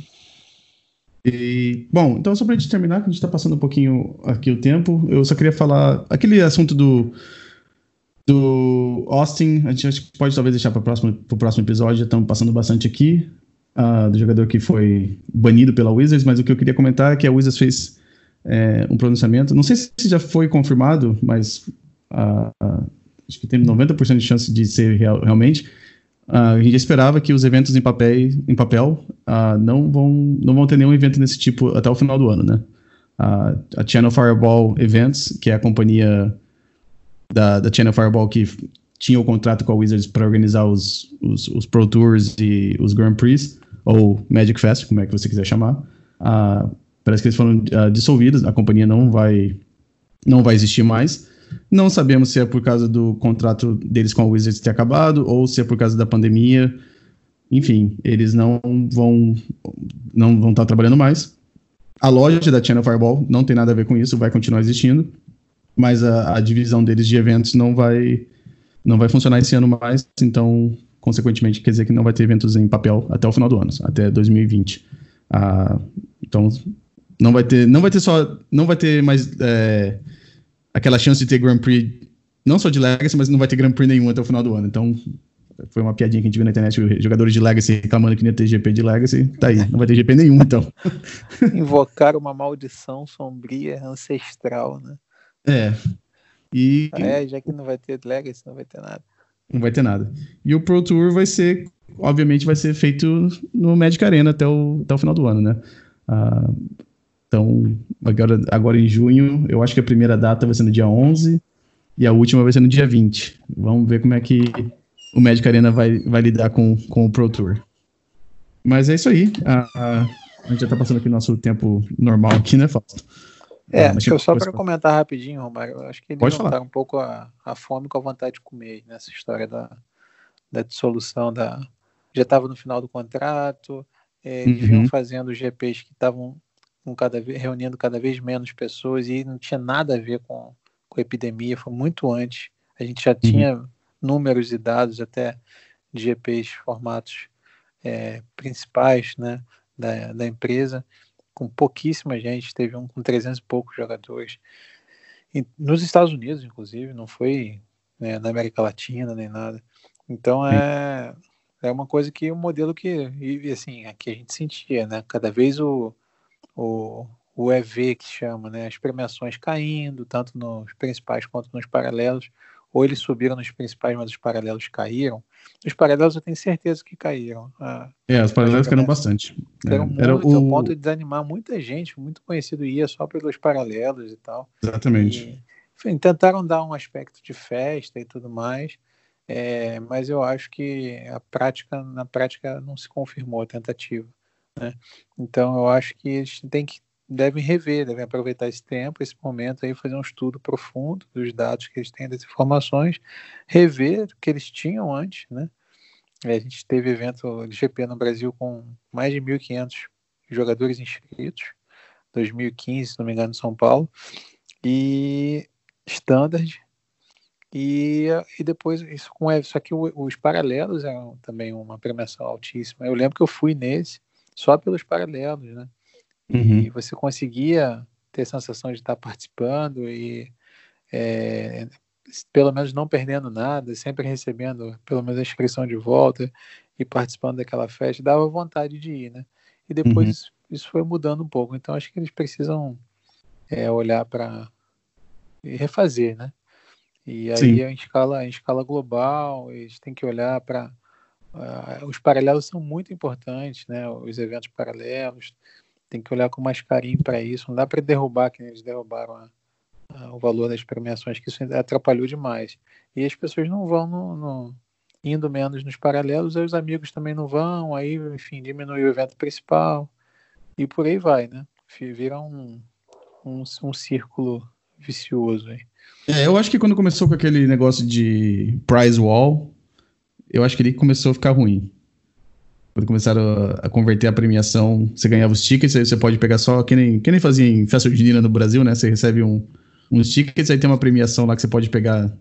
Bom, então só pra gente terminar, que a gente tá passando um pouquinho aqui o tempo, eu só queria falar aquele assunto do Austin, a gente acho que pode talvez deixar pro próximo episódio, já estamos passando bastante aqui, do jogador que foi banido pela Wizards, mas o que eu queria comentar é que a Wizards fez um pronunciamento, não sei se já foi confirmado, mas acho que tem 90% de chance de ser realmente. A gente esperava que os eventos em papel não vão ter nenhum evento desse tipo até o final do ano, né? A Channel Fireball Events, que é a companhia da Channel Fireball que tinha o contrato com a Wizards para organizar os Pro Tours e os Grand Prix, ou Magic Fest, como é que você quiser chamar, parece que eles foram dissolvidos, a companhia não vai existir mais. Não sabemos se é por causa do contrato deles com a Wizards ter acabado ou se é por causa da pandemia. Enfim, eles não vão estar trabalhando mais. A loja da Channel Fireball não tem nada a ver com isso, vai continuar existindo, mas a divisão deles de eventos não vai funcionar esse ano mais, então, consequentemente, quer dizer que não vai ter eventos em papel até o final do ano, até 2020. Então, não vai ter mais aquela chance de ter Grand Prix, não só de Legacy, mas não vai ter Grand Prix nenhum até o final do ano. Então, foi uma piadinha que a gente viu na internet, jogadores de Legacy reclamando que não ia ter GP de Legacy. Tá aí, não vai ter GP nenhum, então. Invocar uma maldição sombria, ancestral, né? Já que não vai ter Legacy, não vai ter nada. Não vai ter nada. E o Pro Tour obviamente vai ser feito no Magic Arena até o final do ano, né? Então, agora em junho, eu acho que a primeira data vai ser no dia 11 e a última vai ser no dia 20. Vamos ver como é que o Magic Arena vai lidar com o Pro Tour. Mas é isso aí. A gente já tá passando aqui o nosso tempo normal aqui, né, Fausto? Só para comentar rapidinho, Romário, eu acho que eles juntaram um pouco a fome com a vontade de comer nessa história da dissolução já estava no final do contrato, eles vinham fazendo GPs que estavam reunindo cada vez menos pessoas e não tinha nada a ver com a epidemia, foi muito antes. A gente já tinha números e dados até de GPs formatos principais, né, da empresa, com pouquíssima gente, teve um com 300 e poucos jogadores. E nos Estados Unidos, inclusive, não foi, né, na América Latina nem nada. Então é uma coisa que o modelo e assim, aqui a gente sentia, né? Cada vez o EV que chama, né? As premiações caindo, tanto nos principais quanto nos paralelos, ou eles subiram nos principais, mas os paralelos caíram. Os paralelos eu tenho certeza que caíram. Os paralelos caíram bastante. Caíram muito, ao ponto de desanimar muita gente, muito conhecido ia só pelos paralelos e tal. Exatamente. E, enfim, tentaram dar um aspecto de festa e tudo mais, mas eu acho que na prática não se confirmou a tentativa, né? Então eu acho que eles devem aproveitar esse tempo, esse momento aí, fazer um estudo profundo dos dados que eles têm, das informações, rever o que eles tinham antes, né? A gente teve evento de GP no Brasil com mais de 1.500 jogadores inscritos, 2015, se não me engano, em São Paulo, e Standard, e depois isso só que os paralelos eram também uma premiação altíssima. Eu lembro que eu fui nesse só pelos paralelos, né? E você conseguia ter a sensação de estar participando e pelo menos não perdendo nada, sempre recebendo pelo menos a inscrição de volta e participando daquela festa, dava vontade de ir, né? E depois isso foi mudando um pouco. Então acho que eles precisam olhar para e refazer, né? E aí em escala global, eles têm que olhar para os paralelos são muito importantes, né? Os eventos paralelos, tem que olhar com mais carinho para isso. Não dá para derrubar, que eles derrubaram o valor das premiações, que isso atrapalhou demais. E as pessoas não vão indo menos nos paralelos, aí os amigos também não vão, aí, enfim, diminui o evento principal e por aí vai, né? Vira um círculo vicioso aí. Eu acho que quando começou com aquele negócio de prize wall, eu acho que ele começou a ficar ruim. Quando começaram a converter a premiação, você ganhava os tickets, aí você pode pegar só, que nem fazia em festa junina no Brasil, né? Você recebe uns tickets, aí tem uma premiação lá que você pode pegar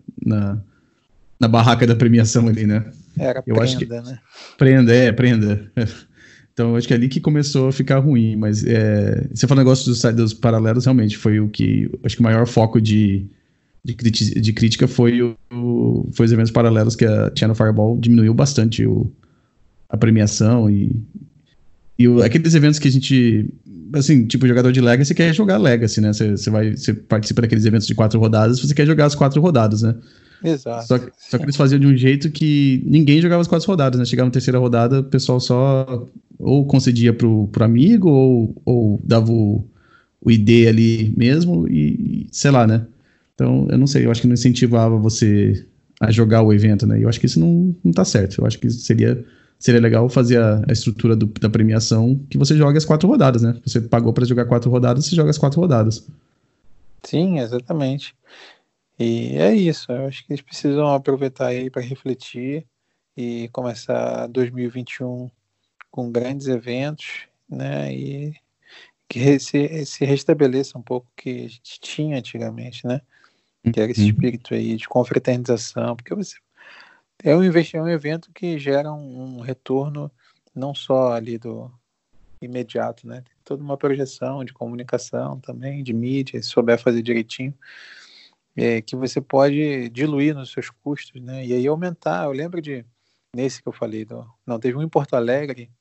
na barraca da premiação ali, né? Era eu prenda, acho que, né? Prenda. Então, eu acho que é ali que começou a ficar ruim, mas você falou o negócio dos paralelos, realmente, foi acho que o maior foco de crítica foi os eventos paralelos, que a Channel Fireball diminuiu bastante a premiação e aqueles eventos que a gente, assim, tipo jogador de Legacy quer jogar Legacy, né? Você participa daqueles eventos de 4 rodadas, você quer jogar as 4 rodadas, né? Exato. Só que eles faziam de um jeito que ninguém jogava as 4 rodadas, né? Chegava na terceira rodada, o pessoal só ou concedia pro amigo ou dava o ID ali mesmo e sei lá, né? Então, eu não sei, eu acho que não incentivava você a jogar o evento, né? E eu acho que isso não tá certo. Eu acho que seria legal fazer a estrutura da premiação que você joga as 4 rodadas, né? Você pagou para jogar 4 rodadas, você joga as 4 rodadas. Sim, exatamente. E é isso, eu acho que eles precisam aproveitar aí para refletir e começar 2021 com grandes eventos, né? E que se restabeleça um pouco o que a gente tinha antigamente, né? Que era esse espírito aí de confraternização, porque é um evento que gera um retorno não só ali do imediato, né? Tem toda uma projeção de comunicação também, de mídia, se souber fazer direitinho, que você pode diluir nos seus custos, né? E aí aumentar. Eu lembro nesse que eu falei, não, teve um em Porto Alegre,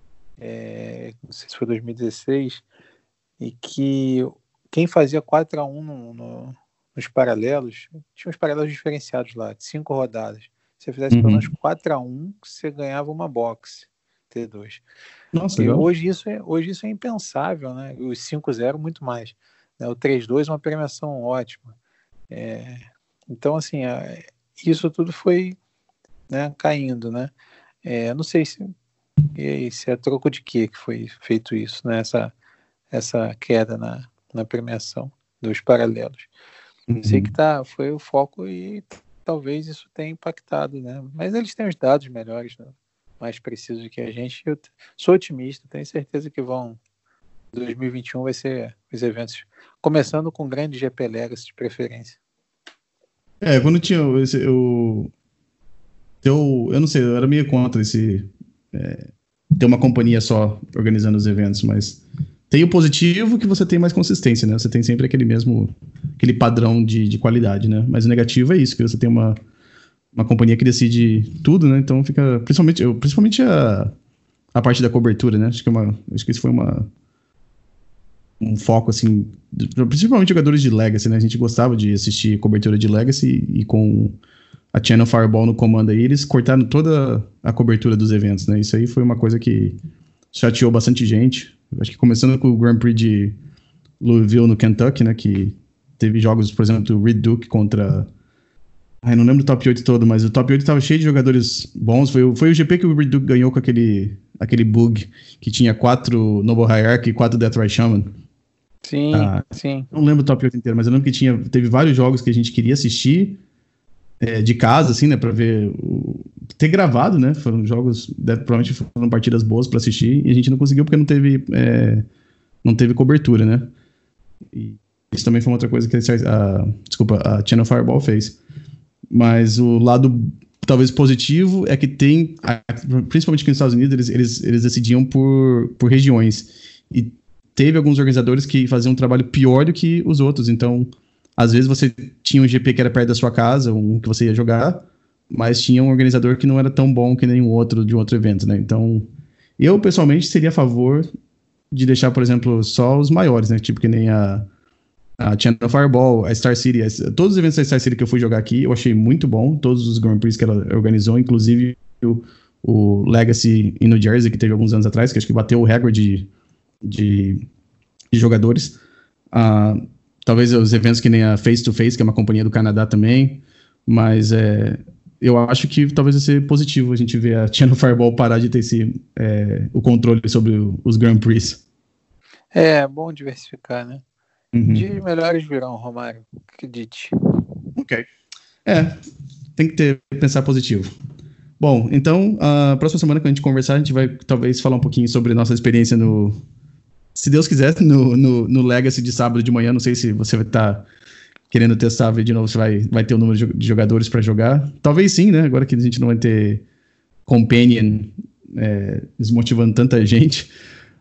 não sei se foi 2016, e que quem fazia 4-1 nos paralelos, tinha uns paralelos diferenciados lá, de 5 rodadas. Se você fizesse pelo menos 4-1, você ganhava uma box T2. Nossa, E legal. hoje isso é impensável, né? Os 5-0 muito mais, né? O 3-2 é uma premiação ótima. Então, assim, isso tudo foi, né, caindo, né? Não sei se é troco de quê que foi feito isso, né? Essa queda na premiação dos paralelos. Sei que foi o foco e talvez isso tenha impactado, né? Mas eles têm os dados melhores, né? Mais precisos que a gente. Eu sou otimista, tenho certeza que 2021 vai ser os eventos, começando com grande GP Legacy de preferência. Quando tinha eu não sei, eu era meio contra ter uma companhia só organizando os eventos, mas tem o positivo que você tem mais consistência, né? Você tem sempre aquele padrão de qualidade, né? Mas o negativo é isso, que você tem uma companhia que decide tudo, né? Então fica, principalmente a parte da cobertura, né? Acho que isso foi um foco, assim, principalmente jogadores de Legacy, né? A gente gostava de assistir cobertura de Legacy e com a Channel Fireball no comando aí, eles cortaram toda a cobertura dos eventos, né? Isso aí foi uma coisa que chateou bastante gente. Acho que começando com o Grand Prix de Louisville no Kentucky, né? Que teve jogos, por exemplo, do Reed Duke contra... não lembro do top 8 todo, mas o top 8 estava cheio de jogadores bons. Foi o GP que o Reed Duke ganhou com aquele bug que tinha 4 Noble Hierarchy e 4 Deathrise Shaman. Sim, sim. Não lembro o top 8 inteiro, mas eu lembro que teve vários jogos que a gente queria assistir de casa, assim, né, pra ver, ter gravado, né, foram jogos, provavelmente foram partidas boas pra assistir, e a gente não conseguiu porque não teve cobertura, né, e isso também foi uma outra coisa que a Channel Fireball fez, mas o lado talvez positivo é que tem, principalmente aqui nos Estados Unidos, eles decidiam por regiões, e teve alguns organizadores que faziam um trabalho pior do que os outros, então às vezes você tinha um GP que era perto da sua casa, um que você ia jogar, mas tinha um organizador que não era tão bom que nenhum outro de um outro evento, né? Então, eu pessoalmente seria a favor de deixar, por exemplo, só os maiores, né? Tipo que nem a Channel Fireball, a Star City, todos os eventos da Star City que eu fui jogar aqui, eu achei muito bom, todos os Grand Prix que ela organizou, inclusive o Legacy em New Jersey, que teve alguns anos atrás, que acho que bateu o recorde de jogadores. Talvez os eventos que nem a Face to Face, que é uma companhia do Canadá também, mas eu acho que talvez vai ser positivo a gente ver a Channel Fireball parar de ter o controle sobre os Grand Prix. É bom diversificar, né? Uhum. Dias melhores virão, Romário, acredite. Ok. Tem que pensar positivo. Bom, então, a próxima semana que a gente conversar, a gente vai talvez falar um pouquinho sobre nossa experiência se Deus quiser, no Legacy de sábado de manhã. Não sei se você vai estar querendo testar, ver de novo se vai ter o número de jogadores para jogar. Talvez sim, né? Agora que a gente não vai ter Companion desmotivando tanta gente.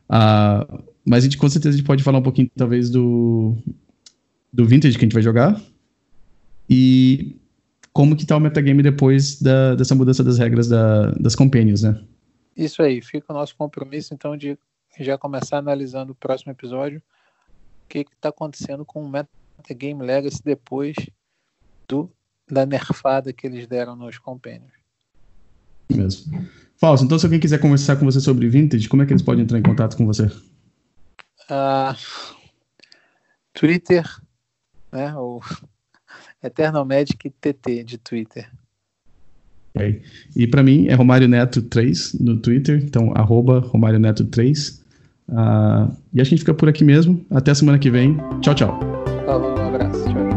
Mas com certeza a gente pode falar um pouquinho, talvez, do Vintage que a gente vai jogar. E como que tá o metagame depois dessa mudança das regras das Companions, né? Isso aí, fica o nosso compromisso, então, de já começar analisando o próximo episódio, o que está acontecendo com o Metagame Legacy depois da nerfada que eles deram nos Companions. Mesmo. Fausto, então se alguém quiser conversar com você sobre Vintage, como é que eles podem entrar em contato com você? Twitter, né, o Eternal Magic TT de Twitter. Okay. E para mim é Romário Neto 3 no Twitter, então @Romário Neto 3. E a gente fica por aqui mesmo. Até a semana que vem. Tchau, tchau. Falou, um abraço. Tchau.